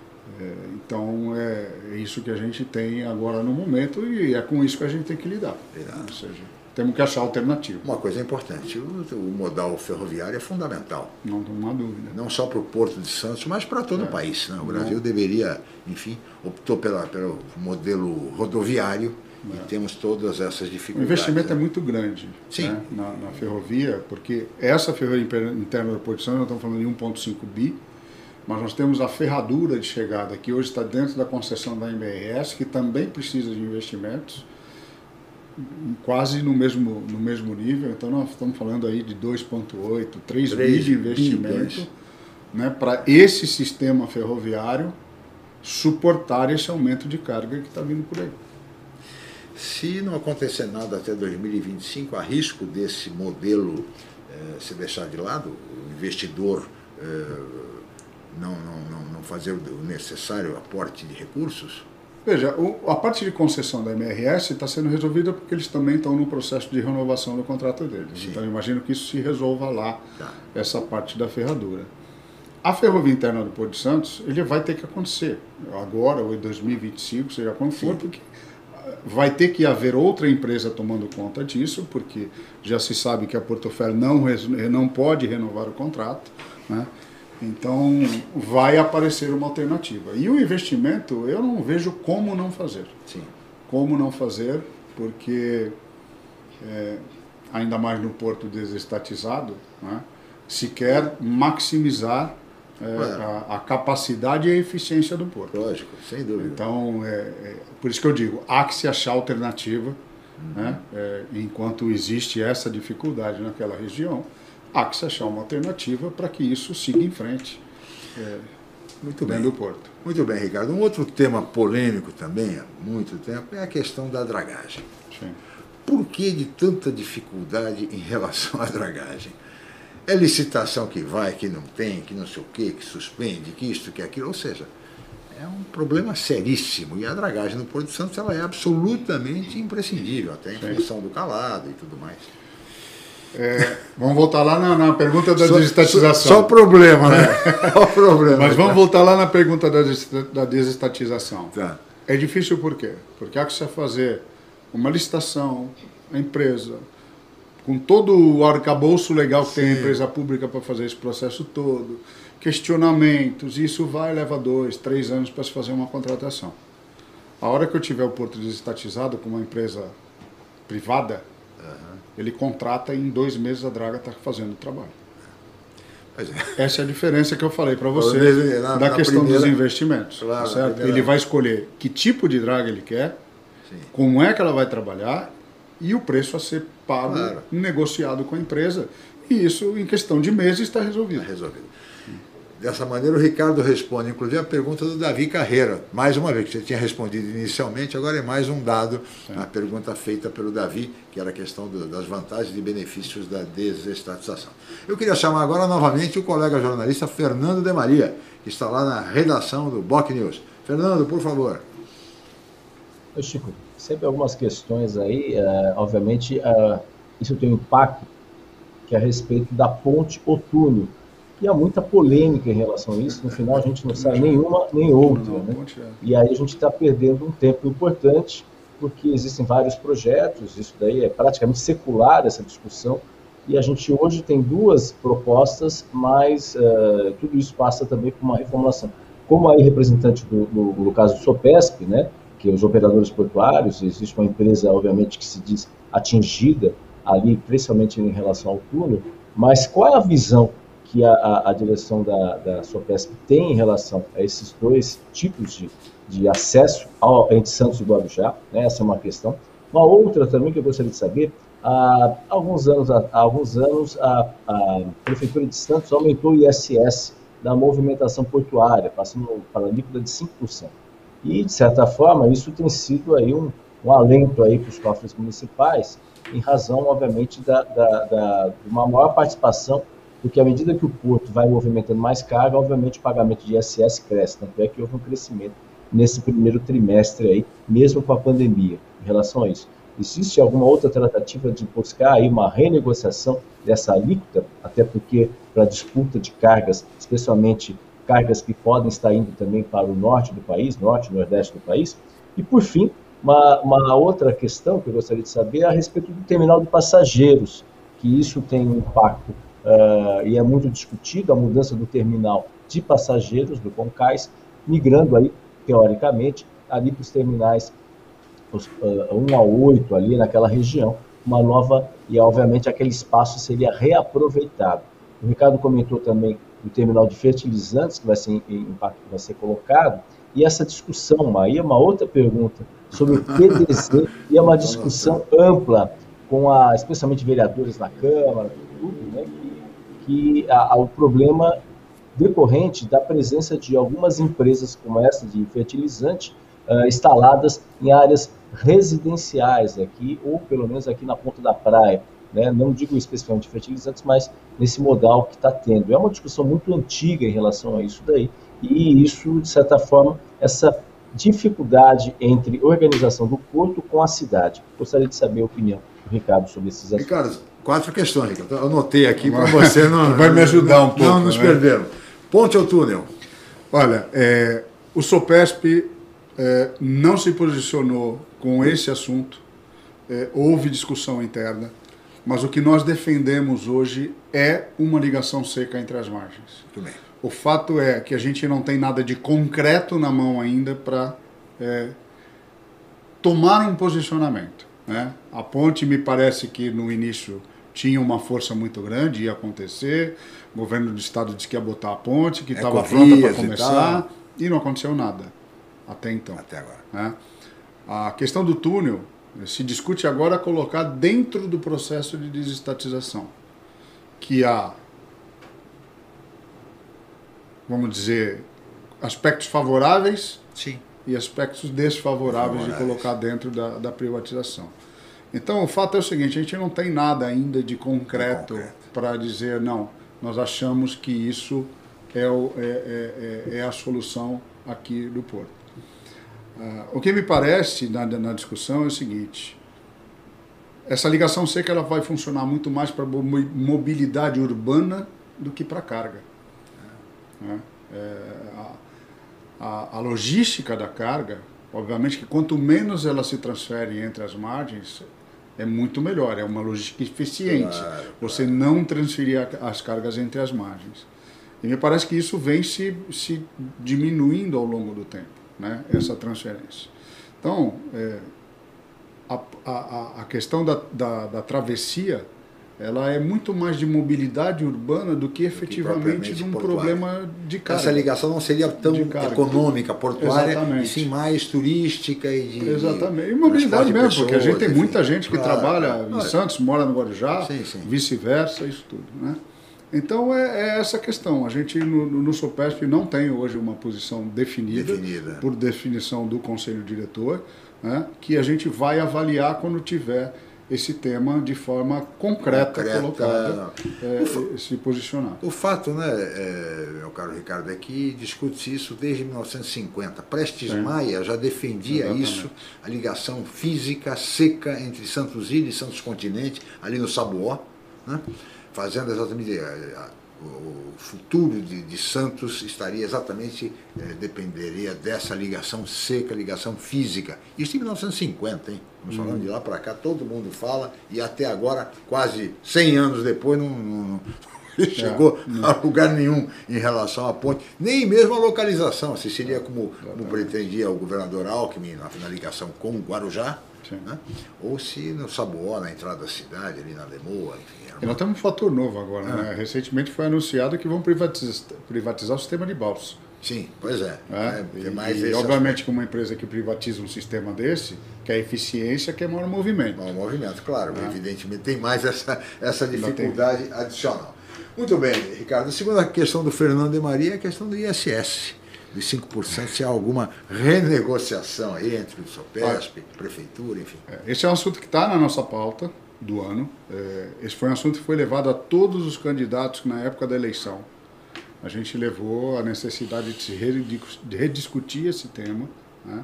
Então é isso que a gente tem agora no momento e é com isso que a gente tem que lidar. Ou seja, temos que achar alternativa. Uma coisa importante, o modal ferroviário é fundamental. Não tem uma dúvida. Não só para o Porto de Santos, mas para todo o país. Né? O Brasil deveria, enfim, optou pelo modelo rodoviário e temos todas essas dificuldades. O investimento é muito grande, né, na ferrovia, porque essa ferrovia interna do Porto de Santos, nós estamos falando de 1,5 bi, mas nós temos a ferradura de chegada, que hoje está dentro da concessão da MRS, que também precisa de investimentos, quase no mesmo nível. Então nós estamos falando aí de 2,8, 3 bi de investimento, né, para esse sistema ferroviário suportar esse aumento de carga que está vindo por aí. Se não acontecer nada até 2025, há risco desse modelo se deixar de lado, o investidor não fazer o necessário aporte de recursos? Veja, a parte de concessão da MRS está sendo resolvida porque eles também estão no processo de renovação do contrato deles. Sim. Então eu imagino que isso se resolva lá, essa parte da ferradura. A ferrovia interna do Porto de Santos, ele vai ter que acontecer agora ou em 2025, seja quando for, porque vai ter que haver outra empresa tomando conta disso, porque já se sabe que a Portofer não pode renovar o contrato, né? Então vai aparecer uma alternativa. E o investimento, eu não vejo como não fazer. Sim. Como não fazer, porque ainda mais no porto desestatizado, né, se quer maximizar a capacidade e a eficiência do porto. Lógico, sem dúvida. Então, por isso que eu digo, há que se achar alternativa, né, enquanto existe essa dificuldade naquela região, há que se achar uma alternativa para que isso siga em frente Muito dentro bem. do porto. Muito bem, Ricardo. Um outro tema polêmico também, há muito tempo, é a questão da dragagem. Sim. Por que de tanta dificuldade em relação à dragagem? É licitação que vai, que não tem, que não sei o quê, que suspende, que isto, que aquilo. Ou seja, é um problema seríssimo. E a dragagem no Porto de Santos ela é absolutamente imprescindível, até em função do calado e tudo mais. Vamos voltar lá na pergunta da desestatização. Só problema, né? Só problema. Mas vamos voltar lá na pergunta da desestatização. Tá. É difícil por quê? Porque há que se fazer uma licitação, a empresa com todo o arcabouço legal que tem a empresa pública para fazer esse processo todo, questionamentos, isso leva 2, 3 anos para se fazer uma contratação. A hora que eu tiver o porto desestatizado com uma empresa privada, ele contrata e em 2 meses a draga está fazendo o trabalho. Essa é a diferença que eu falei para você da questão dos investimentos. Claro, certo? Ele vai escolher que tipo de draga ele quer, como é que ela vai trabalhar e o preço a ser pago, negociado com a empresa. E isso, em questão de meses, está resolvido. Dessa maneira, o Ricardo responde, inclusive, a pergunta do Davi Carreira. Mais uma vez, que você tinha respondido inicialmente, agora é mais um dado, a pergunta feita pelo Davi, que era a questão das vantagens e benefícios da desestatização. Eu queria chamar agora novamente o colega jornalista Fernando de Maria, que está lá na redação do Boc News. Fernando, por favor. Chico, sempre algumas questões aí, obviamente, isso tem um impacto que é a respeito da ponte ou túnel. E há muita polêmica em relação a isso, no final a gente não sabe nenhuma nem outra, né? E aí a gente está perdendo um tempo importante, porque existem vários projetos, isso daí é praticamente secular, essa discussão, e a gente hoje tem 2 propostas, mas tudo isso passa também por uma reformulação. Como aí representante no caso do SOPESP, né, que é os operadores portuários, existe uma empresa, obviamente, que se diz atingida ali, principalmente em relação ao túnel, mas qual é a visão que a direção da SOPESP tem em relação a esses 2 tipos de acesso entre Santos e Guarujá, né? Essa é uma questão. Uma outra também que eu gostaria de saber, há alguns anos a Prefeitura de Santos aumentou o ISS da movimentação portuária, passando para a alíquota de 5%. E, de certa forma, isso tem sido aí um alento aí para os cofres municipais, em razão, obviamente, de uma maior participação, porque à medida que o porto vai movimentando mais carga, obviamente o pagamento de ISS cresce, tanto é que houve um crescimento nesse primeiro trimestre aí, mesmo com a pandemia, em relação a isso. Existe alguma outra tratativa de buscar aí uma renegociação dessa alíquota, até porque para a disputa de cargas, especialmente cargas que podem estar indo também para o norte do país, norte e nordeste do país? E por fim, uma outra questão que eu gostaria de saber é a respeito do terminal de passageiros, que isso tem um impacto e é muito discutido, a mudança do terminal de passageiros do Concais, migrando aí, teoricamente, ali para os terminais 1 a 8 ali naquela região, uma nova, e obviamente aquele espaço seria reaproveitado. O Ricardo comentou também do terminal de fertilizantes que vai ser colocado, e essa discussão, aí é uma outra pergunta, sobre o PDZ, e é uma discussão ampla, com especialmente vereadores na Câmara, tudo, né, que o problema decorrente da presença de algumas empresas como essa de fertilizante instaladas em áreas residenciais aqui, ou pelo menos aqui na ponta da praia, né? Não digo especificamente fertilizantes, mas nesse modal que está tendo. É uma discussão muito antiga em relação a isso daí, e isso, de certa forma, essa dificuldade entre organização do porto com a cidade. Gostaria de saber a opinião do Ricardo sobre esses assuntos. Ricardo, 4 questões, Ricardo. Eu anotei aqui para você não... Vai me ajudar um pouco. Não nos perdermos. Ponte ou túnel? Olha, o SOPESP não se posicionou com esse assunto, houve discussão interna, mas o que nós defendemos hoje é uma ligação seca entre as margens. Muito bem. O fato é que a gente não tem nada de concreto na mão ainda para tomar um posicionamento, né? A ponte me parece que no início tinha uma força muito grande, ia acontecer, o governo do estado disse que ia botar a ponte, que estava pronta para começar, e não aconteceu nada até então. Até agora. Né? A questão do túnel se discute agora colocar dentro do processo de desestatização, que há, vamos dizer, aspectos favoráveis e aspectos desfavoráveis de colocar dentro da privatização. Então, o fato é o seguinte, a gente não tem nada ainda de concreto para dizer, não, nós achamos que isso é a solução aqui do Porto. O que me parece na discussão é o seguinte, essa ligação seca ela vai funcionar muito mais para mobilidade urbana do que para carga. A logística da carga, obviamente que quanto menos ela se transfere entre as margens, é muito melhor, é uma logística eficiente. Você não transferir as cargas entre as margens. E me parece que isso vem se diminuindo ao longo do tempo, né? Essa transferência. Então, a questão da travessia, ela é muito mais de mobilidade urbana do que efetivamente de um problema de carga. Essa ligação não seria tão econômica, portuária, e sim mais turística e de... Exatamente. E mobilidade mesmo, porque a gente tem muita gente que trabalha em Santos, mora no Guarujá, vice-versa, isso tudo, né? Então é essa questão. A gente no Sopesp não tem hoje uma posição definida. Por definição do Conselho Diretor, né, que a gente vai avaliar quando tiver esse tema de forma concreta colocada, se posicionar. O fato, né, meu caro Ricardo, é que discute-se isso desde 1950. Prestes Maia já defendia isso, a ligação física seca entre Santos Ilha e Santos Continente, ali no Sabuó, né, fazendo exatamente o futuro de Santos estaria exatamente, dependeria dessa ligação seca, ligação física. Isso em 1950, hein? Estamos falando de lá para cá, todo mundo fala, e até agora, quase 100 anos depois, não chegou a lugar nenhum em relação à ponte, nem mesmo a localização, se seria como pretendia o governador Alckmin na ligação com o Guarujá, né? Ou se no Sabuó, na entrada da cidade, ali na Lemoa, enfim. E nós temos um fator novo agora, né? Recentemente foi anunciado que vão privatizar o sistema de balsa. Sim, pois é. E obviamente que uma empresa que privatiza um sistema desse, quer eficiência, quer maior movimento. Maior movimento, claro. Evidentemente tem mais essa dificuldade adicional. Muito bem, Ricardo. A segunda questão do Fernando de Maria é a questão do ISS. De 5%, se há alguma renegociação aí entre o Sopesp, Prefeitura, enfim. Esse é um assunto que está na nossa pauta do ano. Esse foi um assunto que foi levado a todos os candidatos na época da eleição. A gente levou a necessidade de se rediscutir esse tema, né?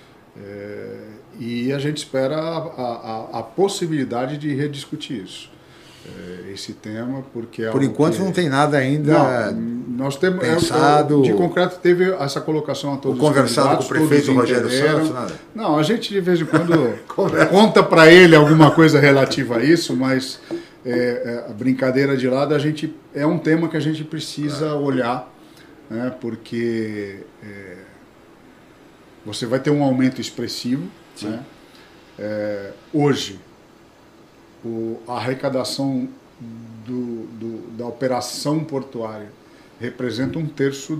E a gente espera a possibilidade de rediscutir isso. Esse tema, porque por enquanto não tem nada ainda. Nós temos pensado. De concreto teve essa colocação a todos os conversado com o prefeito Rogério Santos, nada. Não, a gente de vez em quando conta para ele alguma coisa relativa a isso, mas a brincadeira de lado, é um tema que a gente precisa olhar, né, porque você vai ter um aumento expressivo, né? Hoje a arrecadação da operação portuária representa 1/3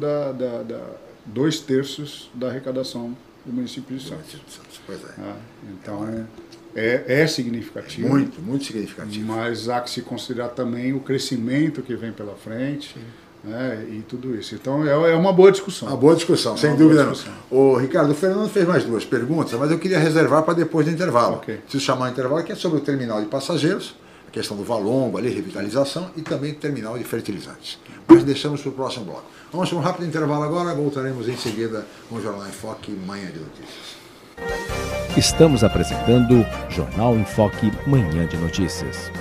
2/3 da arrecadação do município de Santos. Pois é. Então é significativo. Muito significativo. Mas há que se considerar também o crescimento que vem pela frente, né, e tudo isso. Então é uma boa discussão. Uma boa discussão, sem dúvida não. O Ricardo, o Fernando fez mais 2 perguntas, mas eu queria reservar para depois do intervalo. Preciso chamar o intervalo, que é sobre o terminal de passageiros, a questão do Valongo, ali, revitalização, e também o terminal de fertilizantes. Mas deixamos para o próximo bloco. Vamos para um rápido intervalo agora, voltaremos em seguida com o Jornal em Foque, Manhã de Notícias. Estamos apresentando Jornal em Foque, Manhã de Notícias.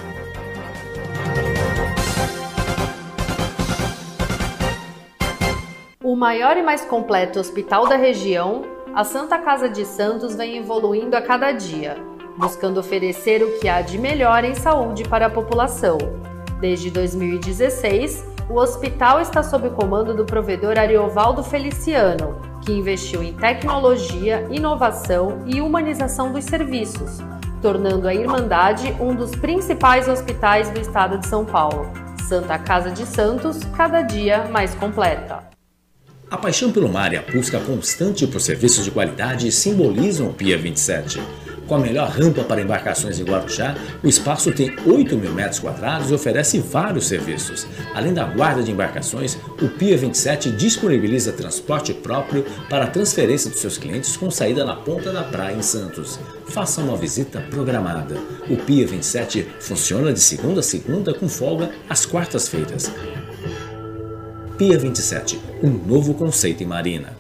O maior e mais completo hospital da região, a Santa Casa de Santos vem evoluindo a cada dia, buscando oferecer o que há de melhor em saúde para a população. Desde 2016, o hospital está sob o comando do provedor Ariovaldo Feliciano, que investiu em tecnologia, inovação e humanização dos serviços, tornando a Irmandade um dos principais hospitais do estado de São Paulo. Santa Casa de Santos, cada dia mais completa. A paixão pelo mar e a busca constante por serviços de qualidade simbolizam o Pia 27. Com a melhor rampa para embarcações em Guarujá, o espaço tem 8.000 metros quadrados e oferece vários serviços. Além da guarda de embarcações, o Pia 27 disponibiliza transporte próprio para a transferência dos seus clientes com saída na ponta da praia em Santos. Faça uma visita programada. O Pia 27 funciona de segunda a segunda com folga às quartas-feiras. Pia 27, um novo conceito em marina.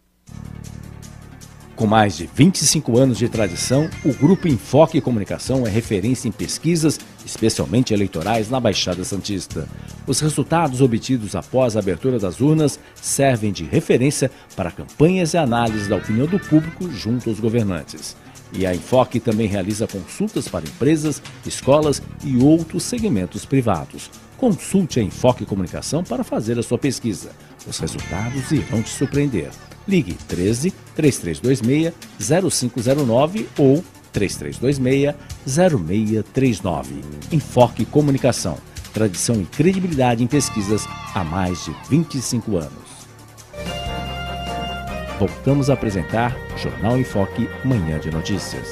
Com mais de 25 anos de tradição, o Grupo Enfoque Comunicação é referência em pesquisas, especialmente eleitorais, na Baixada Santista. Os resultados obtidos após a abertura das urnas servem de referência para campanhas e análises da opinião do público junto aos governantes. E a Enfoque também realiza consultas para empresas, escolas e outros segmentos privados. Consulte a Enfoque Comunicação para fazer a sua pesquisa. Os resultados irão te surpreender. Ligue 13 3326 0509 ou 3326 0639. Enfoque Comunicação. Tradição e credibilidade em pesquisas há mais de 25 anos. Voltamos a apresentar Jornal Enfoque, Manhã de Notícias.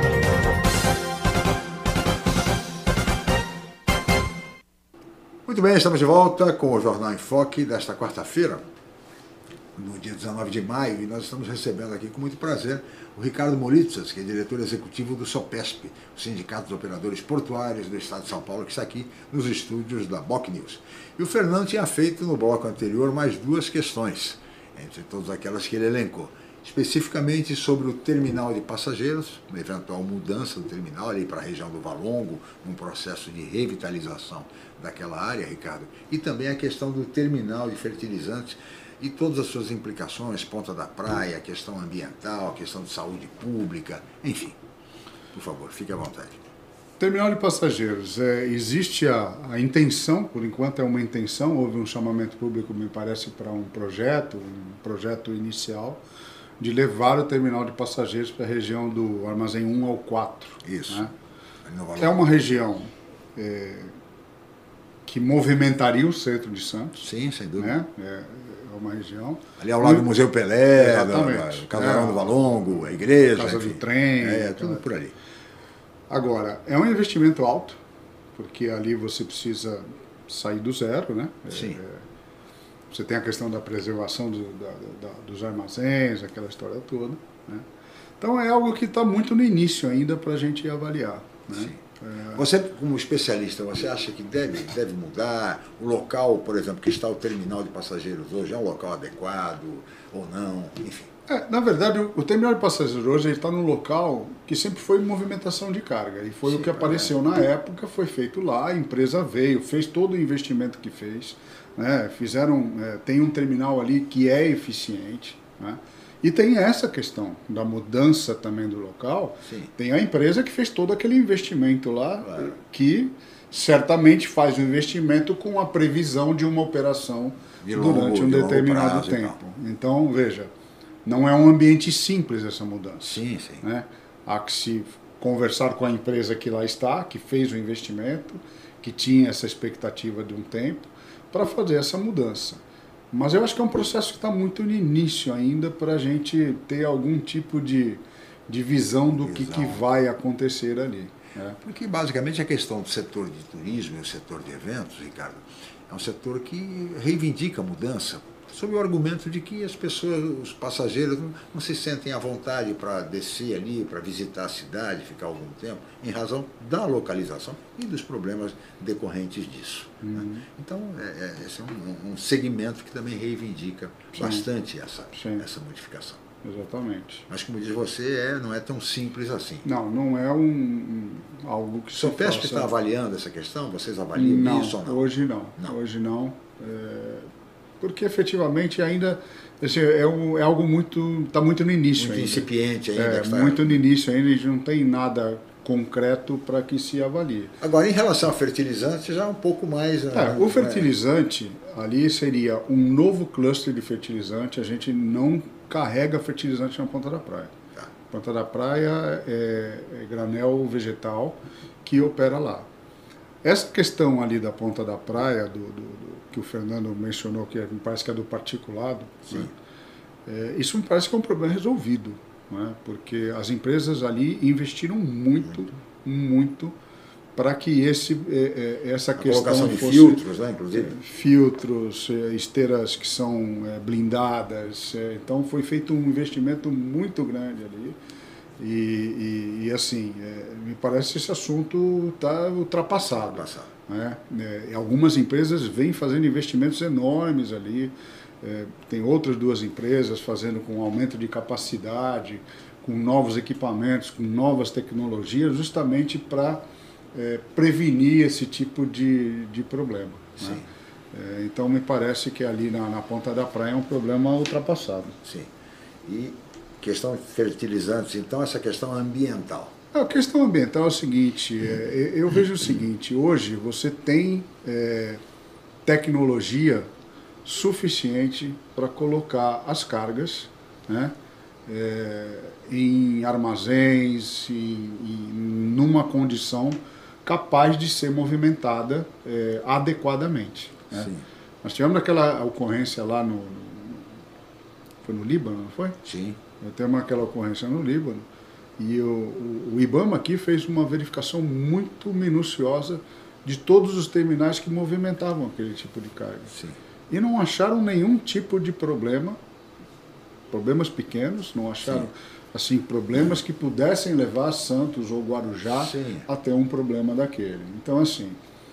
Muito bem, estamos de volta com o Jornal Enfoque desta quarta-feira, no dia 19 de maio, e nós estamos recebendo aqui com muito prazer o Ricardo Molitzas, que é diretor executivo do SOPESP, o Sindicato dos Operadores Portuários do Estado de São Paulo, que está aqui nos estúdios da BOC News. E o Fernando tinha feito no bloco anterior mais duas questões, entre todas aquelas que ele elencou, especificamente sobre o terminal de passageiros, uma eventual mudança do terminal ali para a região do Valongo, num processo de revitalização daquela área, Ricardo, e também a questão do terminal de fertilizantes e todas as suas implicações, Ponta da Praia, a questão ambiental, a questão de saúde pública, enfim. Por favor, fique à vontade. Terminal de passageiros, existe a intenção, por enquanto é uma intenção, houve um chamamento público, me parece, para um projeto inicial, de levar o terminal de passageiros para a região do Armazém 1 ao 4. Isso. Né? É uma região que movimentaria o centro de Santos. Sim, sem dúvida. Né? É uma região... Ali ao lado do Museu Pelé, exatamente. o Casarão do Valongo, a igreja, Casa enfim. do Trem. Tudo por ali. Agora, é um investimento alto, porque ali você precisa sair do zero, né? Sim. Você tem a questão da preservação dos armazéns, aquela história toda, né? Então é algo que está muito no início ainda para a gente avaliar, né? Sim. Você, como especialista, você acha que deve mudar? O local, por exemplo, que está o terminal de passageiros hoje, é um local adequado ou não? Enfim. Na verdade, o terminal de passageiros hoje está num local que sempre foi movimentação de carga. E foi o que apareceu na época, foi feito lá, a empresa veio, fez todo o investimento que fez, né? Tem um terminal ali que é eficiente, né? E tem essa questão da mudança também do local. Sim. Tem a empresa que fez todo aquele investimento lá, claro, que certamente faz o investimento com a previsão de uma operação durante um determinado tempo. Então, veja, não é um ambiente simples essa mudança. Sim, sim. Né? Há que se conversar com a empresa que lá está, que fez o investimento, que tinha essa expectativa de um tempo, para fazer essa mudança. Mas eu acho que é um processo que está muito no início ainda para a gente ter algum tipo de visão do que vai acontecer ali. Né? Porque basicamente a questão do setor de turismo e o setor de eventos, Ricardo, é um setor que reivindica a mudança, sob o argumento de que as pessoas, os passageiros, não se sentem à vontade para descer ali, para visitar a cidade, ficar algum tempo, em razão da localização e dos problemas decorrentes disso. Né? Então, esse é um segmento que também reivindica bastante essa modificação. Exatamente. Mas, como diz você, não é tão simples assim. Não é algo que o SOPESP está avaliando essa questão? Vocês avaliam isso ou não? Hoje não. Hoje não. Porque efetivamente ainda assim, é algo está muito no início muito ainda. Incipiente ainda. Muito no início ainda, a gente não tem nada concreto para que se avalie. Agora, em relação ao fertilizante, já é um pouco mais... O fertilizante ali seria um novo cluster de fertilizante, a gente não carrega fertilizante na Ponta da Praia. Tá. Ponta da Praia é granel vegetal que opera lá. Essa questão ali da Ponta da Praia, que o Fernando mencionou, que me parece que é do particulado, né? Isso me parece que é um problema resolvido, né? Porque as empresas ali investiram muito para que essa questão colocação de fosse... filtros, né, inclusive? Filtros, esteiras que são blindadas, então foi feito um investimento muito grande ali. E assim, me parece que esse assunto está ultrapassado. Né? Algumas empresas vêm fazendo investimentos enormes ali, tem outras duas empresas fazendo com aumento de capacidade, com novos equipamentos, com novas tecnologias, justamente para prevenir esse tipo de problema. Né? Então me parece que ali na Ponta da Praia é um problema ultrapassado. Sim. E questão de fertilizantes, então, essa questão ambiental. A questão ambiental é o seguinte, eu vejo o seguinte, hoje você tem tecnologia suficiente para colocar as cargas, né, em armazéns e numa condição capaz de ser movimentada adequadamente. Né? Sim. Nós tivemos aquela ocorrência lá foi no Líbano, não foi? Sim. Temos aquela ocorrência no Líbano. E o IBAMA aqui fez uma verificação muito minuciosa de todos os terminais que movimentavam aquele tipo de carga. Sim. E não acharam nenhum tipo de problemas pequenos, não acharam assim, problemas que pudessem levar Santos ou Guarujá até um problema daquele. Então, assim,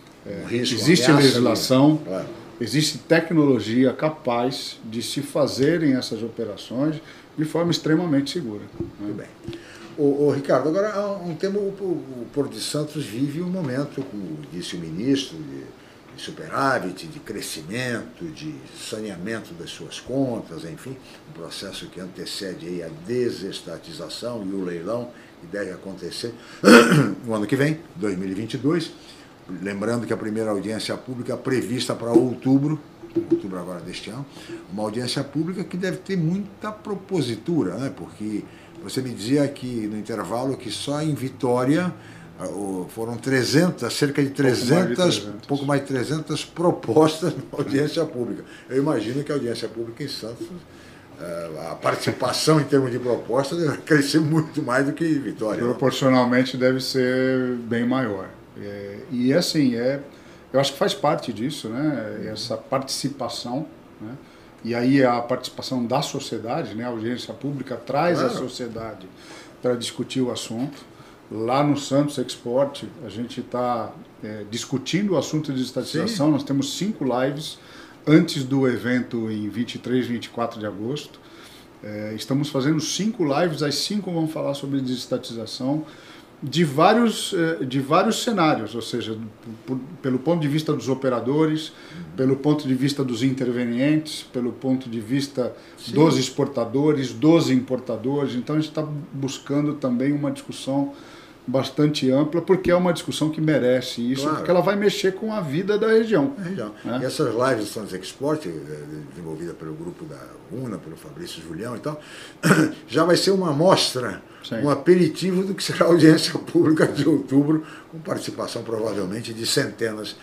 existe legislação, claro. Existe tecnologia capaz de se fazerem essas operações de forma extremamente segura. Muito bem. Ricardo, agora há um tempo o Porto de Santos vive um momento, como disse o ministro, de superávit, de crescimento, de saneamento das suas contas, enfim, um processo que antecede aí a desestatização e o leilão que deve acontecer no ano que vem, 2022. Lembrando que a primeira audiência pública prevista para outubro agora deste ano, uma audiência pública que deve ter muita propositura, né? Porque você me dizia aqui no intervalo que só em Vitória foram cerca de 300, pouco mais de 300 propostas na audiência pública. Eu imagino que a audiência pública em Santos, a participação em termos de propostas deve crescer muito mais do que em Vitória. Proporcionalmente deve ser bem maior. E assim, eu acho que faz parte disso, né? Essa participação, né? E aí a participação da sociedade, né? A audiência pública traz a sociedade para discutir o assunto. Lá no Santos Export, a gente está discutindo o assunto de desestatização. Nós temos 5 lives antes do evento em 23, 24 de agosto. Estamos fazendo 5 lives, as 5 vão falar sobre desestatização de vários cenários, ou seja, pelo ponto de vista dos operadores, pelo ponto de vista dos intervenientes, pelo ponto de vista dos exportadores, dos importadores. Então a gente está buscando também uma discussão bastante ampla, porque é uma discussão que merece isso, porque ela vai mexer com a vida da região. Né? E essas lives do Santos Export, desenvolvida pelo grupo da UNA, pelo Fabrício Julião e tal, já vai ser uma amostra, um aperitivo do que será a audiência pública de outubro, com participação provavelmente de centenas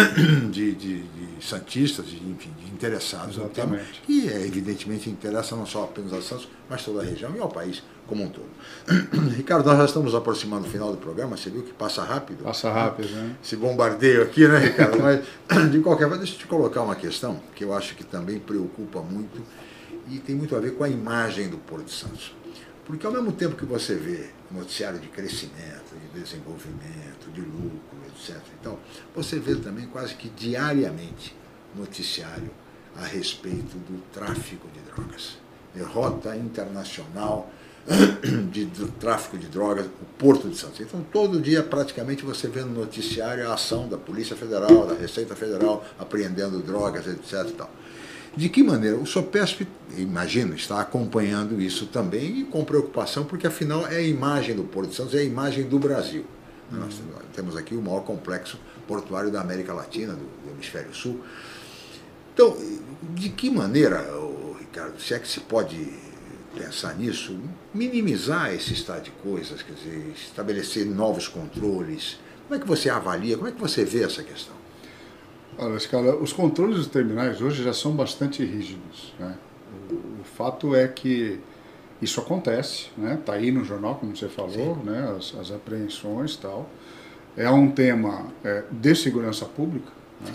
de santistas, de interessados no tema, que evidentemente interessa não só apenas a Santos, mas toda a região e ao país como um todo. Ricardo, nós já estamos aproximando do final do programa, você viu que passa rápido? Passa rápido, né? Esse bombardeio aqui, né, Ricardo? Mas, de qualquer forma, deixa eu te colocar uma questão que eu acho que também preocupa muito e tem muito a ver com a imagem do Porto de Santos. Porque ao mesmo tempo que você vê noticiário de crescimento, de desenvolvimento, de lucro, etc. Então, você vê também quase que diariamente noticiário a respeito do tráfico de drogas. Derrota internacional do tráfico de drogas, o Porto de Santos. Então, todo dia, praticamente, você vê no noticiário a ação da Polícia Federal, da Receita Federal, apreendendo drogas, etc. E tal. De que maneira? O SOPESP, imagino, está acompanhando isso também e com preocupação, porque afinal é a imagem do Porto de Santos, é a imagem do Brasil. Nós temos aqui o maior complexo portuário da América Latina, do Hemisfério Sul. Então, de que maneira, Ricardo, se é que se pode pensar nisso, minimizar esse estado de coisas, quer dizer, estabelecer novos controles? Como é que você avalia, como é que você vê essa questão? Olha, Scala, os controles dos terminais hoje já são bastante rígidos, né? O fato é que isso acontece, né? Está aí no jornal, como você falou, né? As apreensões e tal. É um tema de segurança pública, né?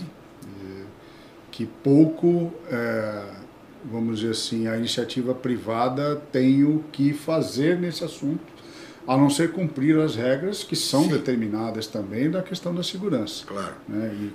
Que pouco, vamos dizer assim, a iniciativa privada tem o que fazer nesse assunto, a não ser cumprir as regras que são determinadas também da questão da segurança. Claro. Né?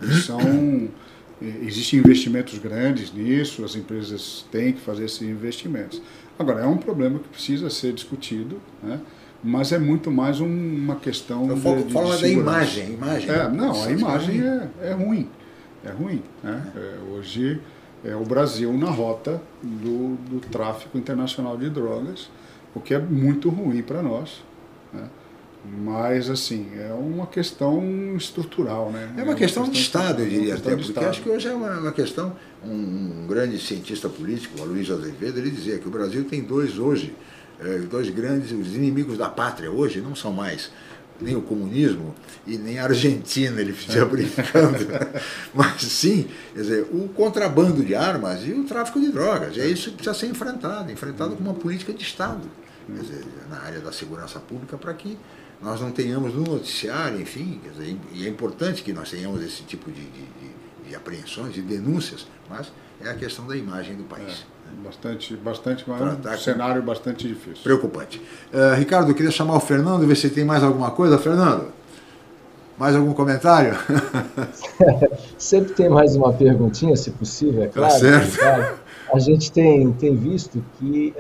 E existem investimentos grandes nisso, as empresas têm que fazer esses investimentos. Agora, é um problema que precisa ser discutido, né? Mas é muito mais uma questão de fala da imagem. A imagem é ruim. É ruim. Né? Hoje é o Brasil na rota do tráfico internacional de drogas o que é muito ruim para nós, né? Mas, assim, é uma questão estrutural, né? É uma questão de Estado, eu diria até, porque acho que hoje é uma questão, um grande cientista político, o Aloysio Azevedo, ele dizia que o Brasil tem dois grandes, os inimigos da pátria hoje não são mais nem o comunismo e nem a Argentina, ele fica brincando, mas sim, quer dizer, o contrabando de armas e o tráfico de drogas. É isso que precisa ser enfrentado com uma política de Estado, quer dizer, na área da segurança pública, para que nós não tenhamos no noticiário, enfim, quer dizer, e é importante que nós tenhamos esse tipo de apreensões, de denúncias, mas é a questão da imagem do país. Bastante, um cenário bastante difícil. Preocupante. Ricardo, eu queria chamar o Fernando, ver se tem mais alguma coisa. Fernando, mais algum comentário? Sempre tem mais uma perguntinha, se possível, é claro. Tá certo. Ricardo. A gente tem visto que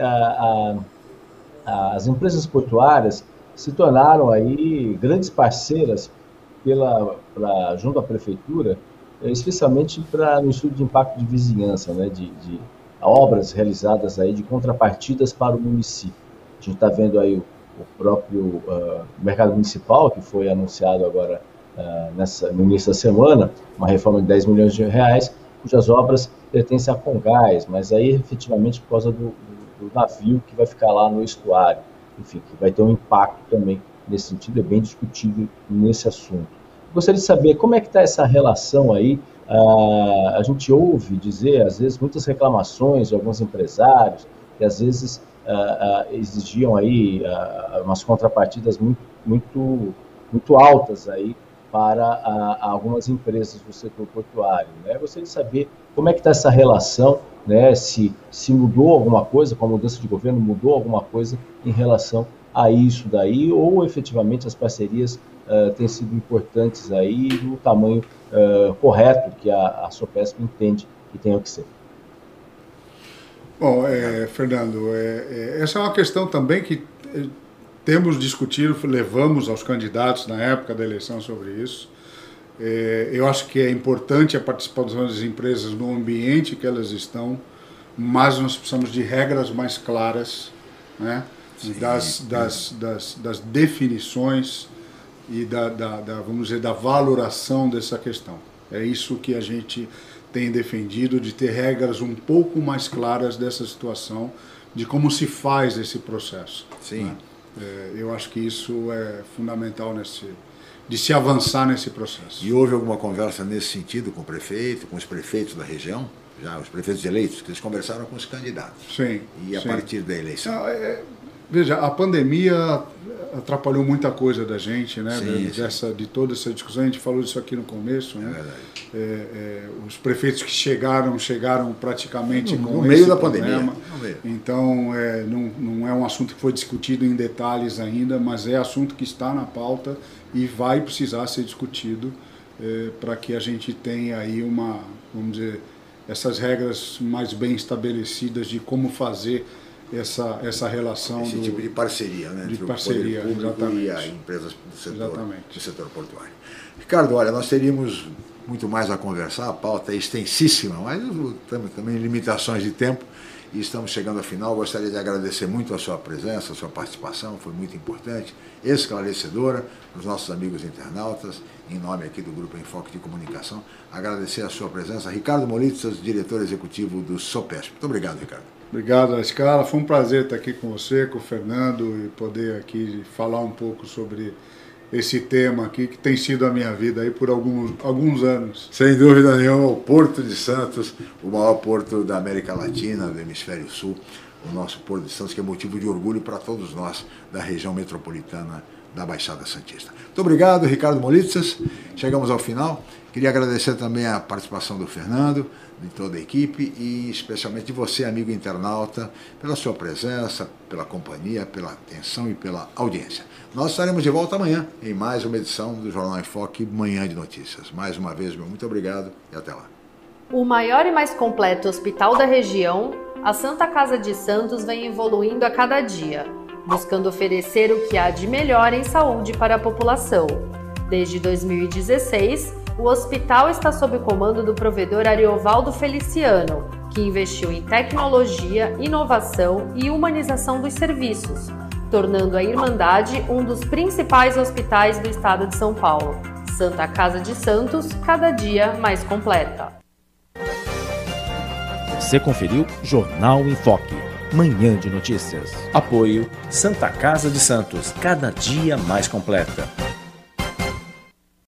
as empresas portuárias se tornaram aí grandes parceiras junto à prefeitura, especialmente no estudo de impacto de vizinhança, né, de obras realizadas aí de contrapartidas para o município. A gente está vendo aí o próprio mercado municipal, que foi anunciado agora no início da semana, uma reforma de 10 milhões de reais, cujas obras pertencem à Comgás, mas aí efetivamente por causa do navio que vai ficar lá no estuário, enfim, que vai ter um impacto também nesse sentido, é bem discutido nesse assunto. Eu gostaria de saber como é que está essa relação aí. A gente ouve dizer, às vezes, muitas reclamações de alguns empresários que, às vezes, exigiam aí umas contrapartidas muito altas aí para algumas empresas do setor portuário, né? Eu gostaria de saber como é que está essa relação, né? Se mudou alguma coisa, com a mudança de governo, mudou alguma coisa em relação a isso daí, ou efetivamente as parcerias têm sido importantes aí no tamanho correto que a Sopesp entende que tenha que ser. Bom, Fernando, essa é uma questão também que temos discutido, levamos aos candidatos na época da eleição sobre isso. Eu acho que é importante a participação das empresas no ambiente que elas estão, mas nós precisamos de regras mais claras, né? Das definições e vamos dizer, da valoração dessa questão. É isso que a gente tem defendido, de ter regras um pouco mais claras dessa situação, de como se faz esse processo. Sim. Né? Eu acho que isso é fundamental de se avançar nesse processo. E houve alguma conversa nesse sentido com o prefeito, com os prefeitos da região? Já os prefeitos eleitos, que eles conversaram com os candidatos. Sim. E a partir da eleição? Veja, a pandemia atrapalhou muita coisa da gente, né? Sim. De toda essa discussão, a gente falou disso aqui no começo, né? Verdade. Os prefeitos que chegaram praticamente no meio da pandemia. Então, não é um assunto que foi discutido em detalhes ainda, mas é assunto que está na pauta e vai precisar ser discutido para que a gente tenha aí vamos dizer, essas regras mais bem estabelecidas de como fazer essa relação. Esse tipo de parceria, né? De parceria, entre o poder público e as empresas do setor portuário. Ricardo, olha, nós teríamos muito mais a conversar, a pauta é extensíssima, mas temos também limitações de tempo e estamos chegando ao final. Gostaria de agradecer muito a sua presença, a sua participação, foi muito importante, esclarecedora para os nossos amigos internautas, em nome aqui do Grupo Enfoque de Comunicação, agradecer a sua presença. Ricardo Molitzas, diretor executivo do Sopesp. Muito obrigado, Ricardo. Obrigado, Escala. Foi um prazer estar aqui com você, com o Fernando, e poder aqui falar um pouco sobre esse tema aqui, que tem sido a minha vida aí por alguns anos. Sem dúvida nenhuma, o Porto de Santos, o maior porto da América Latina, do Hemisfério Sul, o nosso Porto de Santos, que é motivo de orgulho para todos nós da região metropolitana da Baixada Santista. Muito obrigado, Ricardo Molitzas. Chegamos ao final. Queria agradecer também a participação do Fernando, de toda a equipe e especialmente de você, amigo internauta, pela sua presença, pela companhia, pela atenção e pela audiência. Nós estaremos de volta amanhã em mais uma edição do Jornal Enfoque Manhã de Notícias. Mais uma vez, meu muito obrigado e até lá. O maior e mais completo hospital da região, a Santa Casa de Santos vem evoluindo a cada dia, buscando oferecer o que há de melhor em saúde para a população. Desde 2016, o hospital está sob o comando do provedor Ariovaldo Feliciano, que investiu em tecnologia, inovação e humanização dos serviços, tornando a Irmandade um dos principais hospitais do estado de São Paulo. Santa Casa de Santos, cada dia mais completa. Você conferiu Jornal em Foque, Manhã de Notícias. Apoio Santa Casa de Santos, cada dia mais completa.